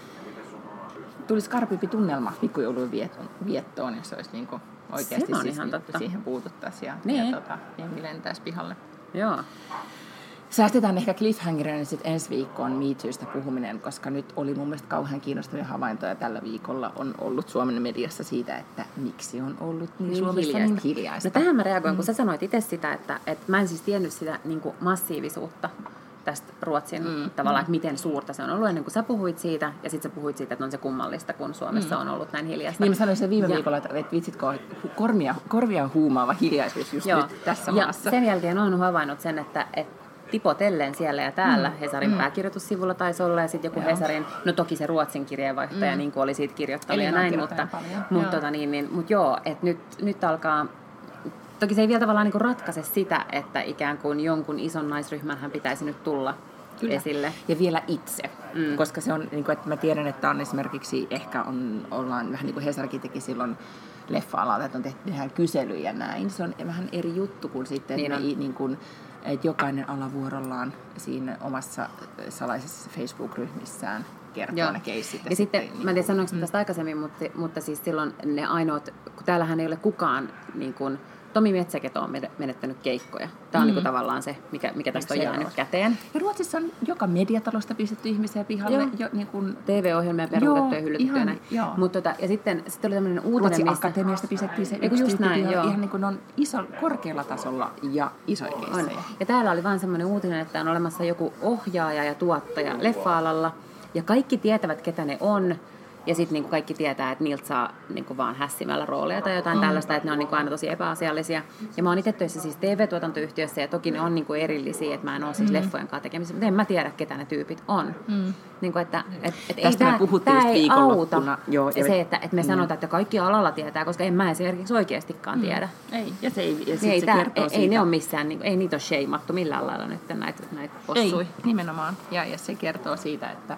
tulisi karpimpi tunnelma pikkujoulujen viettoon, jos olisi niin kuin oikeasti se on siis ihan niin, totta. Siihen puututtaisiin ja, niin. ja tota, jengi lentäisi pihalle. Joo. Säästetään ehkä cliffhangerina sitten ensi viikkoon Me Toosta puhuminen, koska nyt oli mun mielestä kauhean kiinnostavia havaintoja tällä viikolla on ollut Suomen mediassa siitä, että miksi on ollut niin, niin Suomessa hiljaista. niin hiljaista. No tähän mä reagoin, mm. kun sä sanoit itse sitä, että, että mä en siis tiennyt sitä niin kuin massiivisuutta tästä Ruotsin mm. tavallaan, että miten suurta se on ollut ennen kuin sä puhuit siitä, ja sitten sä puhuit siitä, että on se kummallista, kun Suomessa mm. on ollut näin hiljaista. Niin mä sanoin sen viime ja. viikolla, että vitsitko, korvia, korvia huumaava hiljaisuus just Joo. nyt tässä ja maassa. Sen jälkeen olen havainnut sen, että, että tipotellen siellä ja täällä mm. Hesarin mm. pääkirjoitussivulla taisi olla, ja sitten joku Joo. Hesarin, no toki se Ruotsin kirjeenvaihtaja, mm. niin kuin oli siitä kirjoittanut ja näin, mutta, mutta, tota, niin, niin, mutta joo, että nyt, nyt alkaa. Toki se ei vielä tavallaan niin ratkaise sitä, että ikään kuin jonkun ison naisryhmänhän pitäisi nyt tulla Kyllä. esille. Ja vielä itse, mm. koska se on, niin kuin, että mä tiedän, että on esimerkiksi, ehkä on, ollaan vähän niin kuin Hesarikin teki silloin leffa-alalta, että on tehty tehdään kyselyjä näin. Se on vähän eri juttu kuin sitten, niin että, me, niin kuin, että jokainen alavuorollaan siinä omassa salaisessa Facebook-ryhmissään kertoo Joo. ne keissit. Ja, ja sitten, sitten, mä en tiedä sanoinko mm. tästä aikaisemmin, mutta, mutta siis silloin ne ainoat, kun täällähän ei ole kukaan niin kuin, Tomi Metsäketo on menettänyt keikkoja. Tämä on mm. niin tavallaan se, mikä, mikä tästä on jäänyt käteen. Ja Ruotsissa on joka mediatalosta pistetty ihmisiä pihalle. Jo, niin kun T V-ohjelmia peruutettu ja hyllytetty. Mutta tota, ja sitten, sitten oli tämmöinen uutinen, Ruotsin mistä Akatemiasta pistettiin se yksi just näin, pihalle. Ihan niin kuin on iso, korkealla tasolla ja isoja keissejä. Ja täällä oli vaan semmoinen uutinen, että on olemassa joku ohjaaja ja tuottaja leffa-alalla. Ja kaikki tietävät, ketä ne on. Ja sitten niinku kaikki tietää, että niiltä saa niinku vaan hässimällä rooleja tai jotain mm. tällaista, että ne on niinku aina tosi epäasiallisia. Ja mä oon itse töissä siis T V-tuotantoyhtiössä ja toki ne on niinku erillisiä, että mä en ole siis mm. leffojen kanssa tekemisissä, mutta en mä tiedä, ketä ne tyypit on. Mm. Niinku, että, et, et Tästä ei me puhuttiin tää ei auta Joo, ja se, että, että me mm. sanotaan, että kaikki alalla tietää, koska en mä esimerkiksi oikeastikaan tiedä. Mm. Ei, ja se, ei, ja niin ei, se tää, ei, ei ne ole missään, niinku, ei niitä ole sheimattu millään lailla nyt näitä, näitä possui. Ei, nimenomaan. Ja, ja se kertoo siitä, että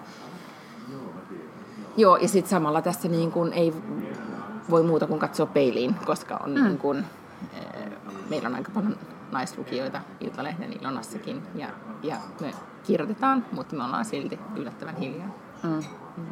Joo, ja sitten samalla tässä niin kun ei voi muuta kuin katsoa peiliin, koska on mm. niin kun, e, meillä on aika paljon naislukijoita Iltalehden Ilonassakin, ja, ja me kirjoitetaan, mutta me ollaan silti yllättävän hiljaa. Mm. Mm.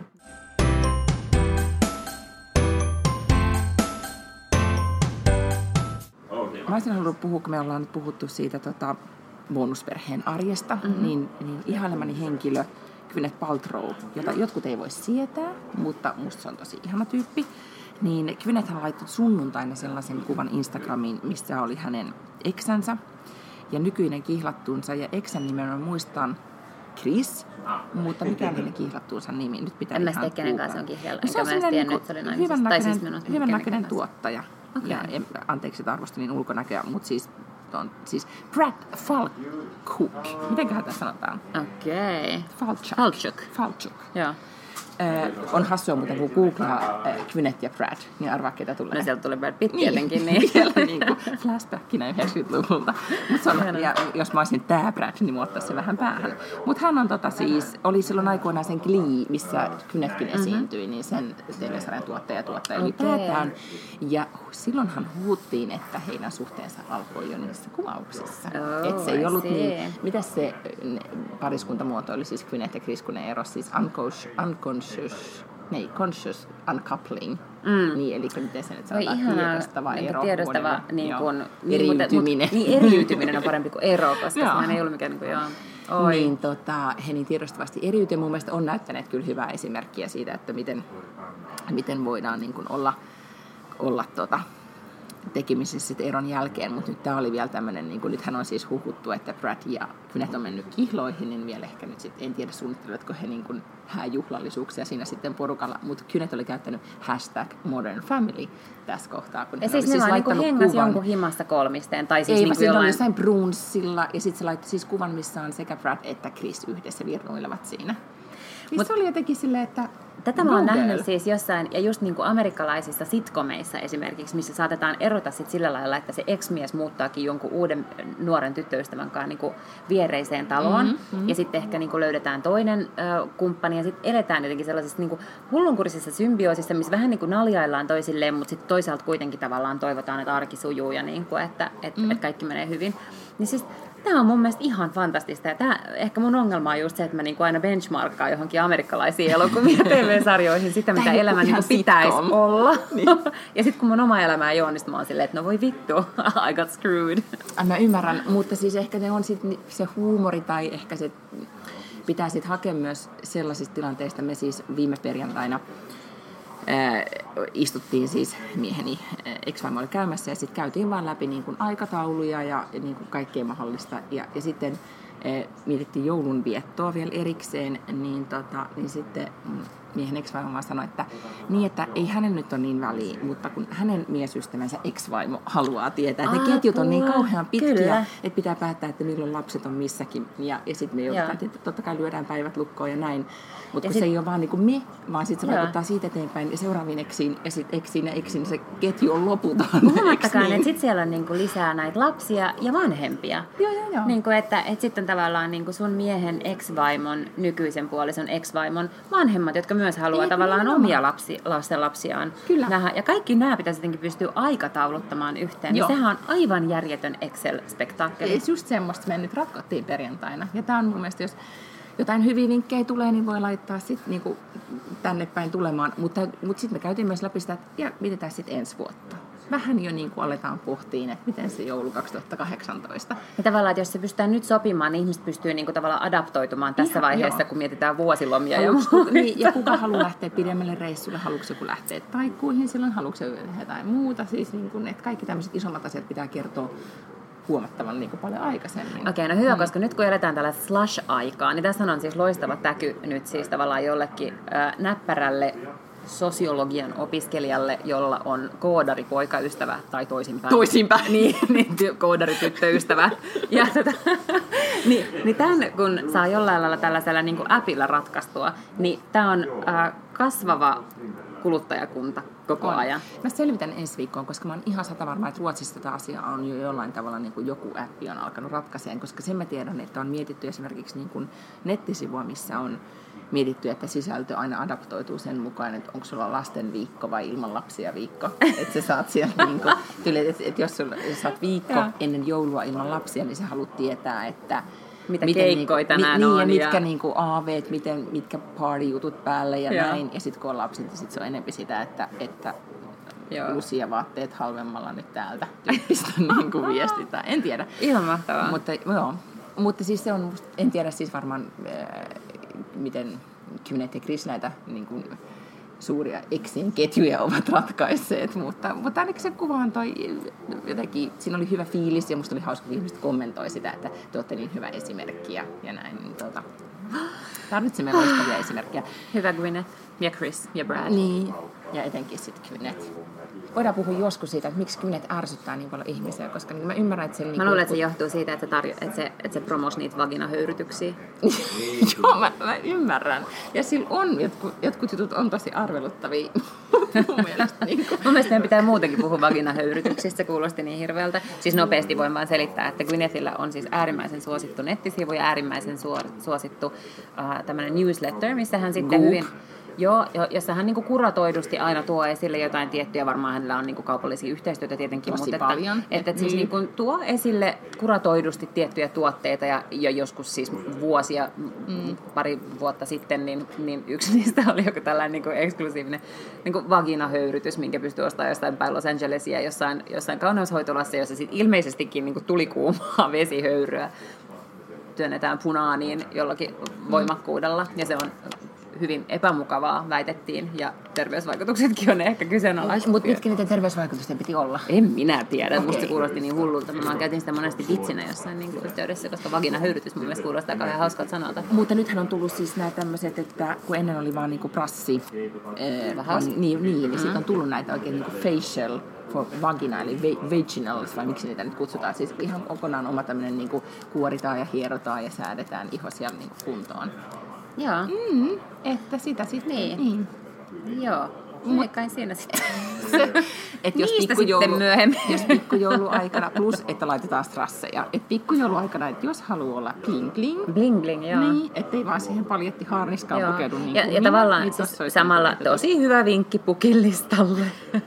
Mä olisin halunnut puhua, kun me ollaan nyt puhuttu siitä tota, bonusperheen arjesta, mm-hmm. niin, niin ihailemani henkilö Gwyneth Paltrow, jota jotkut ei voi sietää, mutta musta se on tosi ihana tyyppi, niin Gwyneth hän laittoi sunnuntaina sellaisen kuvan Instagramiin, missä oli hänen eksänsä ja nykyinen kihlattuunsa, ja eksän nimen on muistaan Chris, mutta mikä on hänen kihlattuunsa nimi? Nyt pitää en ihan mä kenen kanssa on kihlalla, no, enkä mä tiennyt, että se oli naimisesta. Hyvännäköinen, siis hyvännäköinen tuottaja. Okay. Ja, ja, anteeksi, että arvostelin ulkonäköä, mutta siis on siis Brad Falchuk. Mitenköhän tässä sanotaan? Okei. Okay. Falchuk. Falchuk. Falchuk. Joo. Äh, on hassua, mutta kun googlaa äh, Gwyneth ja Brad, niin arvaa, ketä tulee. No sieltä tulee Brad Pitt tietenkin. Niin. niin. Vielä niin kuin flashbackinä yhdeksänkymmentäluvulta. Mutta jos mä olisin tää Brad, niin mä ottaisin se vähän päähän. Mutta hän on tota siis, oli silloin aikoinaan sen Glee, missä Gwynethkin mm-hmm. esiintyi, niin sen T V-sarjan tuottaja tuottaja okay. ylipäätään. Ja silloinhan huuttiin, että heidän suhteensa alkoi jo niissä kuvauksissa. Oh, että se ei ollut niin, mitä se pariskuntamuoto oli siis Gwyneth ja Chris, kun ne erosi siis unconscious, unconscious Nei, conscious uncoupling. Mm. Niin, eli miten se nyt sanotaan, tiedostava ero. Tiedostava niin kuin, eriytyminen. Niin, eriytyminen on parempi kuin ero, koska sehän ei ollut mikään niin kuin, joo. Oi. Niin, tota, he niin tiedostavasti eriytyy. Mun mielestä on näyttäneet kyllä hyvää esimerkkiä siitä, että miten, miten voidaan niin kuin olla, olla tota, tekemisissä sit eron jälkeen. Mutta nyt tämä oli vielä tämmöinen, niin kuin, nythän on siis huhuttu, että Brad ja Kynet on mennyt kihloihin, niin vielä ehkä nyt sitten, en tiedä suunnittelevatko he niin kuin hääjuhlallisuuksia siinä sitten porukalla, mutta Kynet oli käyttänyt hashtag modern family tässä kohtaa. Kun ja siis ne siis vaan niin hengas jonkun himassa kolmisteen. Tai siis ei, niin vaan jollain... oli jossain brunssilla, ja sitten se laittoi siis kuvan, missä on sekä Brad että Chris yhdessä virnuilevat siinä. Mut se oli jotenkin silleen, että... Tätä mä oon nähnyt siis jossain, ja just niin kuin amerikkalaisissa sitcomeissa esimerkiksi, missä saatetaan erota sit sillä lailla, että se ex-mies muuttaakin jonkun uuden nuoren tyttöystävän kanssa niin kuin viereiseen taloon, mm-hmm, mm-hmm. ja sitten ehkä niin kuin löydetään toinen ö, kumppani, ja sitten eletään jotenkin sellaisessa niin kuin hullunkurisessa symbioosissa, missä vähän niin kuin naljaillaan toisilleen, mutta sitten toisaalta kuitenkin tavallaan toivotaan, että arki sujuu, ja niin kuin, että et, mm-hmm. et kaikki menee hyvin. Niin siis... Tämä on mun mielestä ihan fantastista. Ja tämä, ehkä mun ongelma on just se, että mä niinku aina benchmarkkaan johonkin amerikkalaisiin elokuviin ja T V-sarjoihin sitä, mitä elämä niinku pitäisi olla. Niin. Ja sitten kun mun oma elämä ei ole, niin mä oon silleen, että no voi vittu, I got screwed. Mä ymmärrän, mutta siis ehkä ne on sit se huumori tai ehkä se pitää sit hakea myös sellaisista tilanteista. Me siis viime perjantaina Äh, istuttiin siis mieheni äh, ex-vaimo oli käymässä ja sitten käytiin vaan läpi niin kuin aikatauluja ja niin kuin kaikkea mahdollista ja, ja sitten äh, mietittiin joulunviettoa vielä erikseen, niin, tota, niin sitten miehen ex-vaimo vaan sanoi, että niin, että ei hänen nyt ole niin väliä, mutta kun hänen miesystävänsä ex-vaimo haluaa tietää, että ne ketjut on niin kauhean pitkiä, kyllä. Että pitää päättää, että milloin lapset on missäkin ja, ja sitten me joudutaan, että totta kai lyödään päivät lukkoon ja näin. Mutta kun sit... se ei ole vaan niin kuin me, vaan sitten se vaikuttaa siitä eteenpäin ja seuraaviin eksiin ja sitten eksiin ja eksiin, niin se ketju on loputaan. Puhumattakaan, niin? Että sitten siellä on niin kuin lisää näitä lapsia ja vanhempia. Joo, joo, joo. Niin kuin, että että sitten tavallaan niin kuin sun miehen ex-vaimon, nykyisen puolison ex-vaimon vanhemmat, jotka myös haluaa ei, tavallaan ei, omia lapsi, lasten lapsiaan Kyllä. nähdä. Ja kaikki nämä pitäisi jotenkin pystyä aikatauluttamaan yhteen. Joo. Ja sehän on aivan järjetön Excel-spektaakkeli. Ja just semmoista me nyt ratkottiin perjantaina. Ja tämä on mun mielestä, jos jotain hyviä vinkkejä tulee, niin voi laittaa sit niinku tänne päin tulemaan. Mutta, mutta sitten me käytiin myös läpi sitä, että ja mietitään sitten ensi vuotta. Vähän jo niin kuin aletaan pohtiin, että miten se joulu kaksituhattakahdeksantoista. Ja tavallaan, että jos se pystytään nyt sopimaan, niin ihmiset pystyy niin kuin tavallaan adaptoitumaan tässä Ihan, vaiheessa, joo. kun mietitään vuosilomia. Haluuks, ja, niin, ja kuka haluaa lähteä pidemmälle reissulle, haluatko joku lähteä taikkuihin silloin, haluatko jotain muuta. Siis niin kuin, että kaikki tämmöiset isommat asiat pitää kertoa huomattavan niin kuin paljon aikaisemmin. Okei, no hyvä, mm. koska nyt kun eletään tällaista slash-aikaa, niin tässä on siis loistava täky nyt siis tavallaan jollekin äh, näppärälle sosiologian opiskelijalle, jolla on koodaripoikaystävä tai toisinpäin. Toisinpäin. Niin, niin koodarityttöystävä. Ja tota, niin, niin tämän kun saa jollain lailla tällaisella niin kuin appilla ratkaistua, niin tämä on äh, kasvava kuluttajakunta koko on. ajan. Mä selvitän ensi viikkoon, koska mä oon ihan sata varma, että Ruotsissa tätä asiaa on jo jollain tavalla niin kuin joku appi on alkanut ratkaiseen, koska sen mä tiedän, että on mietitty esimerkiksi niin kuin nettisivua, missä on mietitty, että sisältö aina adaptoituu sen mukaan, että onko sulla lasten viikko vai ilman lapsia viikko. Että sä saat sieltä, niin kuin, että, että jos, sulla, jos sä oot viikko ja. ennen joulua ilman lapsia, niin sä haluat tietää, että mitä miten, keikkoja niinku, tänään mi, on. Niin, ja mitkä niinku aaveet, miten, mitkä party-jutut päälle ja, ja. näin. Ja sitten kun on lapset, niin sit se on enemmän sitä, että, että uusia vaatteet halvemmalla nyt täältä tyyppistä niin kuin viestitään. En tiedä. Ihan mahtavaa. Mutta, joo. Mutta siis se on, en tiedä siis varmaan, äh, miten Kynet ja Chris näitä niin kuin suuria eksien ketjuja ovat ratkaisseet, mutta, mutta ainakin se kuva antoi jotenkin, siinä oli hyvä fiilis ja musta oli hauska, kun ihmiset kommentoi sitä, että te olette niin hyvä esimerkki ja, ja näin. Niin, tuota, tarvitsemme loistavia esimerkkejä. Hyvä Gwyneth ja Chris ja Brad. Niin, ja etenkin sitten Gwyneth. Voidaan puhua joskus siitä, että miksi Gwyneth ärsyttää niin paljon ihmisiä, koska niin mä ymmärrän, että se... Niin mä luulen, että se johtuu siitä, että se, tarjo- että se, että se promos niitä vaginahöyrytyksiä. Joo, mä, mä ymmärrän. Ja sillä on, jotkut, jotkut jutut on tosi arveluttavia mun mielestä. Niin kuin. Mun mielestä meidän pitää muutenkin puhua vaginahöyrytyksistä, se kuulosti niin hirveältä. Siis nopeasti voin vaan selittää, että Gwynethillä on siis äärimmäisen suosittu nettisivu ja äärimmäisen suosittu uh, tämmöinen newsletter, missä hän sitten Goop. hyvin... Joo, jossa hän niinku kuratoidusti aina tuo esille jotain tiettyjä, varmaan hänellä on niinku kaupallisia yhteistyötä tietenkin, tosi mutta paljon. Että, että niin. siis niinku tuo esille kuratoidusti tiettyjä tuotteita ja, ja joskus siis vuosia, mm. pari vuotta sitten, niin, niin yksi niistä oli joku tällainen niinku eksklusiivinen niinku vaginahöyrytys, minkä pystyy ostamaan jostain päin Los Angelesia, jossain, jossain kauneushoitolassa, jossa sit ilmeisestikin niinku tuli kuumaa vesihöyryä työnnetään punaaniin jollakin voimakkuudella, ja se on hyvin epämukavaa, väitettiin, ja terveysvaikutuksetkin on ehkä kyseenalaisia. Mutta mitkä niiden terveysvaikutusten piti olla? En minä tiedä, okay. Musta se kuulosti niin hullulta. Mä käytin sitä monesti vitsinä jossain niin kuin yhteydessä, koska vaginahöyrytys mun mielestä kuulostaa kauhean hauskalta sanalta. Mutta nythän on tullut siis nämä tämmöiset, että kun ennen oli vaan niinku prassi, äh, vaan, niin, niin, niin mm-hmm. sitten on tullut näitä oikein niinku facial for vagina, eli vaginals, vai miksi niitä nyt kutsutaan. Siis ihan kokonaan oma tämmöinen niinku kuoritaan ja hierotaan ja säädetään iho siellä niinku kuntoon. Joo. Mm, että sitä sitten. Niin. niin. Joo. Mut kai siinä sitten. Se, et jos Niistä pikkujoulu, sitten myöhemmin. Jos pikkujouluaikana, plus että laitetaan strasseja. Että pikkujouluaikana, että jos haluaa olla bling bling. Bling bling, joo. Niin, ettei vaan siihen paljetti haarniskaan pukeudu. Niin ja, kuin ja minä, tavallaan niin siis samalla tosi hyvä vinkki pukin listalle.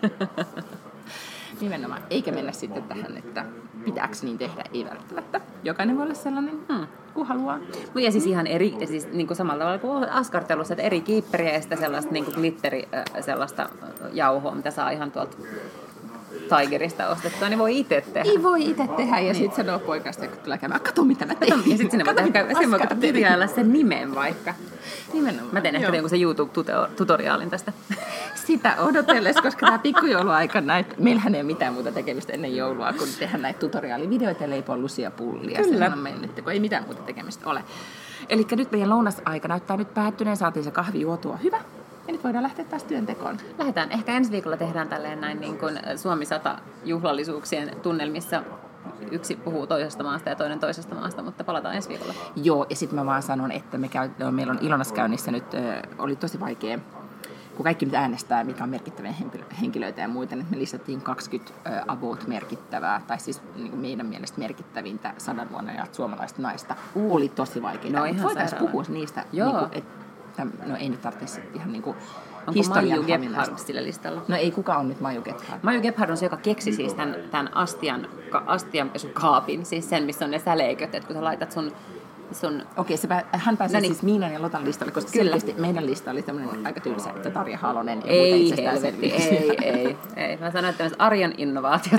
Nimenomaan. Eikä mennä sitten tähän, että pitääkö niin tehdä, ei välttämättä. Jokainen voi olla sellainen, hmm. kun haluaa. Ja siis ihan eri, siis niin kuin samalla tavalla kuin askartelussa, että eri kiipperiä ja sitä sellaista niin kuin glitteri, sellaista jauhoa, mitä saa ihan tuolta Tigerista ostettua, niin voi itse tehdä. Ei voi itse tehdä, ja niin. Sitten sanoo poikasta, kun tulee käymään, kato mitä mä tein. Ja sitten sinne voi tehdä, sen voi kirjailla sen nimen vaikka. Nimenomaan. Mä teen ehkä jonkun se YouTube-tutoriaalin tästä. Sitä odotellessa, koska tämä pikkujouluaikana, että meillähän ei ole mitään muuta tekemistä ennen joulua, kun tehdä näitä tutoriaalivideoita ja leipoa lusiapullia. Kyllä. Sehän on mennyt, kun ei mitään muuta tekemistä ole. Eli nyt meidän lounasaika näyttää nyt päättyneen, saatiin se kahvi juotua hyvä. Ja nyt voidaan lähteä taas työntekoon. Lähdetään. Ehkä ensi viikolla tehdään tälleen näin niin kuin Suomi sata juhlallisuuksien tunnelmissa. Yksi puhuu toisesta maasta ja toinen toisesta maasta, mutta palataan ensi viikolla. Joo, ja sitten mä vaan sanon, että me käy, meillä on Ilonas käynnissä nyt, äh, oli tosi vaikea, kun kaikki nyt äänestää, mikä on merkittäviä henkilöitä ja muita, niin me listattiin kaksikymmentä äh, about merkittävää, tai siis niin meidän mielestä merkittävintä sadan vuonna ja suomalaista naista. Uh. Oli tosi vaikeaa. No ihan voitaisiin puhua niistä. Joo. Niin kuin, että, no ei nyt tarvitse ihan niin kuin onko Maiju Gebhard sillä listalla? No ei, kuka on nyt Maiju Gebhard? Maiju Gebhard on se, joka keksi siis tämän, tämän astian, ka, astianpesukaapin, siis sen, missä on ne säleiköt, että kun sä laitat sun... sun... Okei, se pää, hän pääsi no niin. siis Miinan ja Lotan listalle, koska selvästi meidän lista oli tämmöinen aika tylsä, että Tarja Halonen ja ei, muuta helvetti, ei, ei, ei. Mä sanoin, että arjen innovaatiot.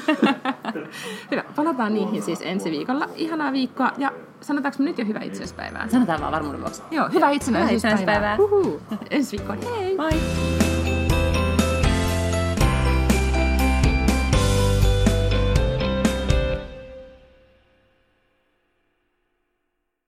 Hyvä, palataan niihin siis ensi viikolla. Ihanaa viikkoa ja sanotaanko me nyt jo hyvää itsenäispäivää? Sanotaan vaan varmuuden vuoksi. Joo, hyvää itsenäispäivää. Hyvää itsenäispäivää. Uhu. Ensi viikkoon, hei! Moi!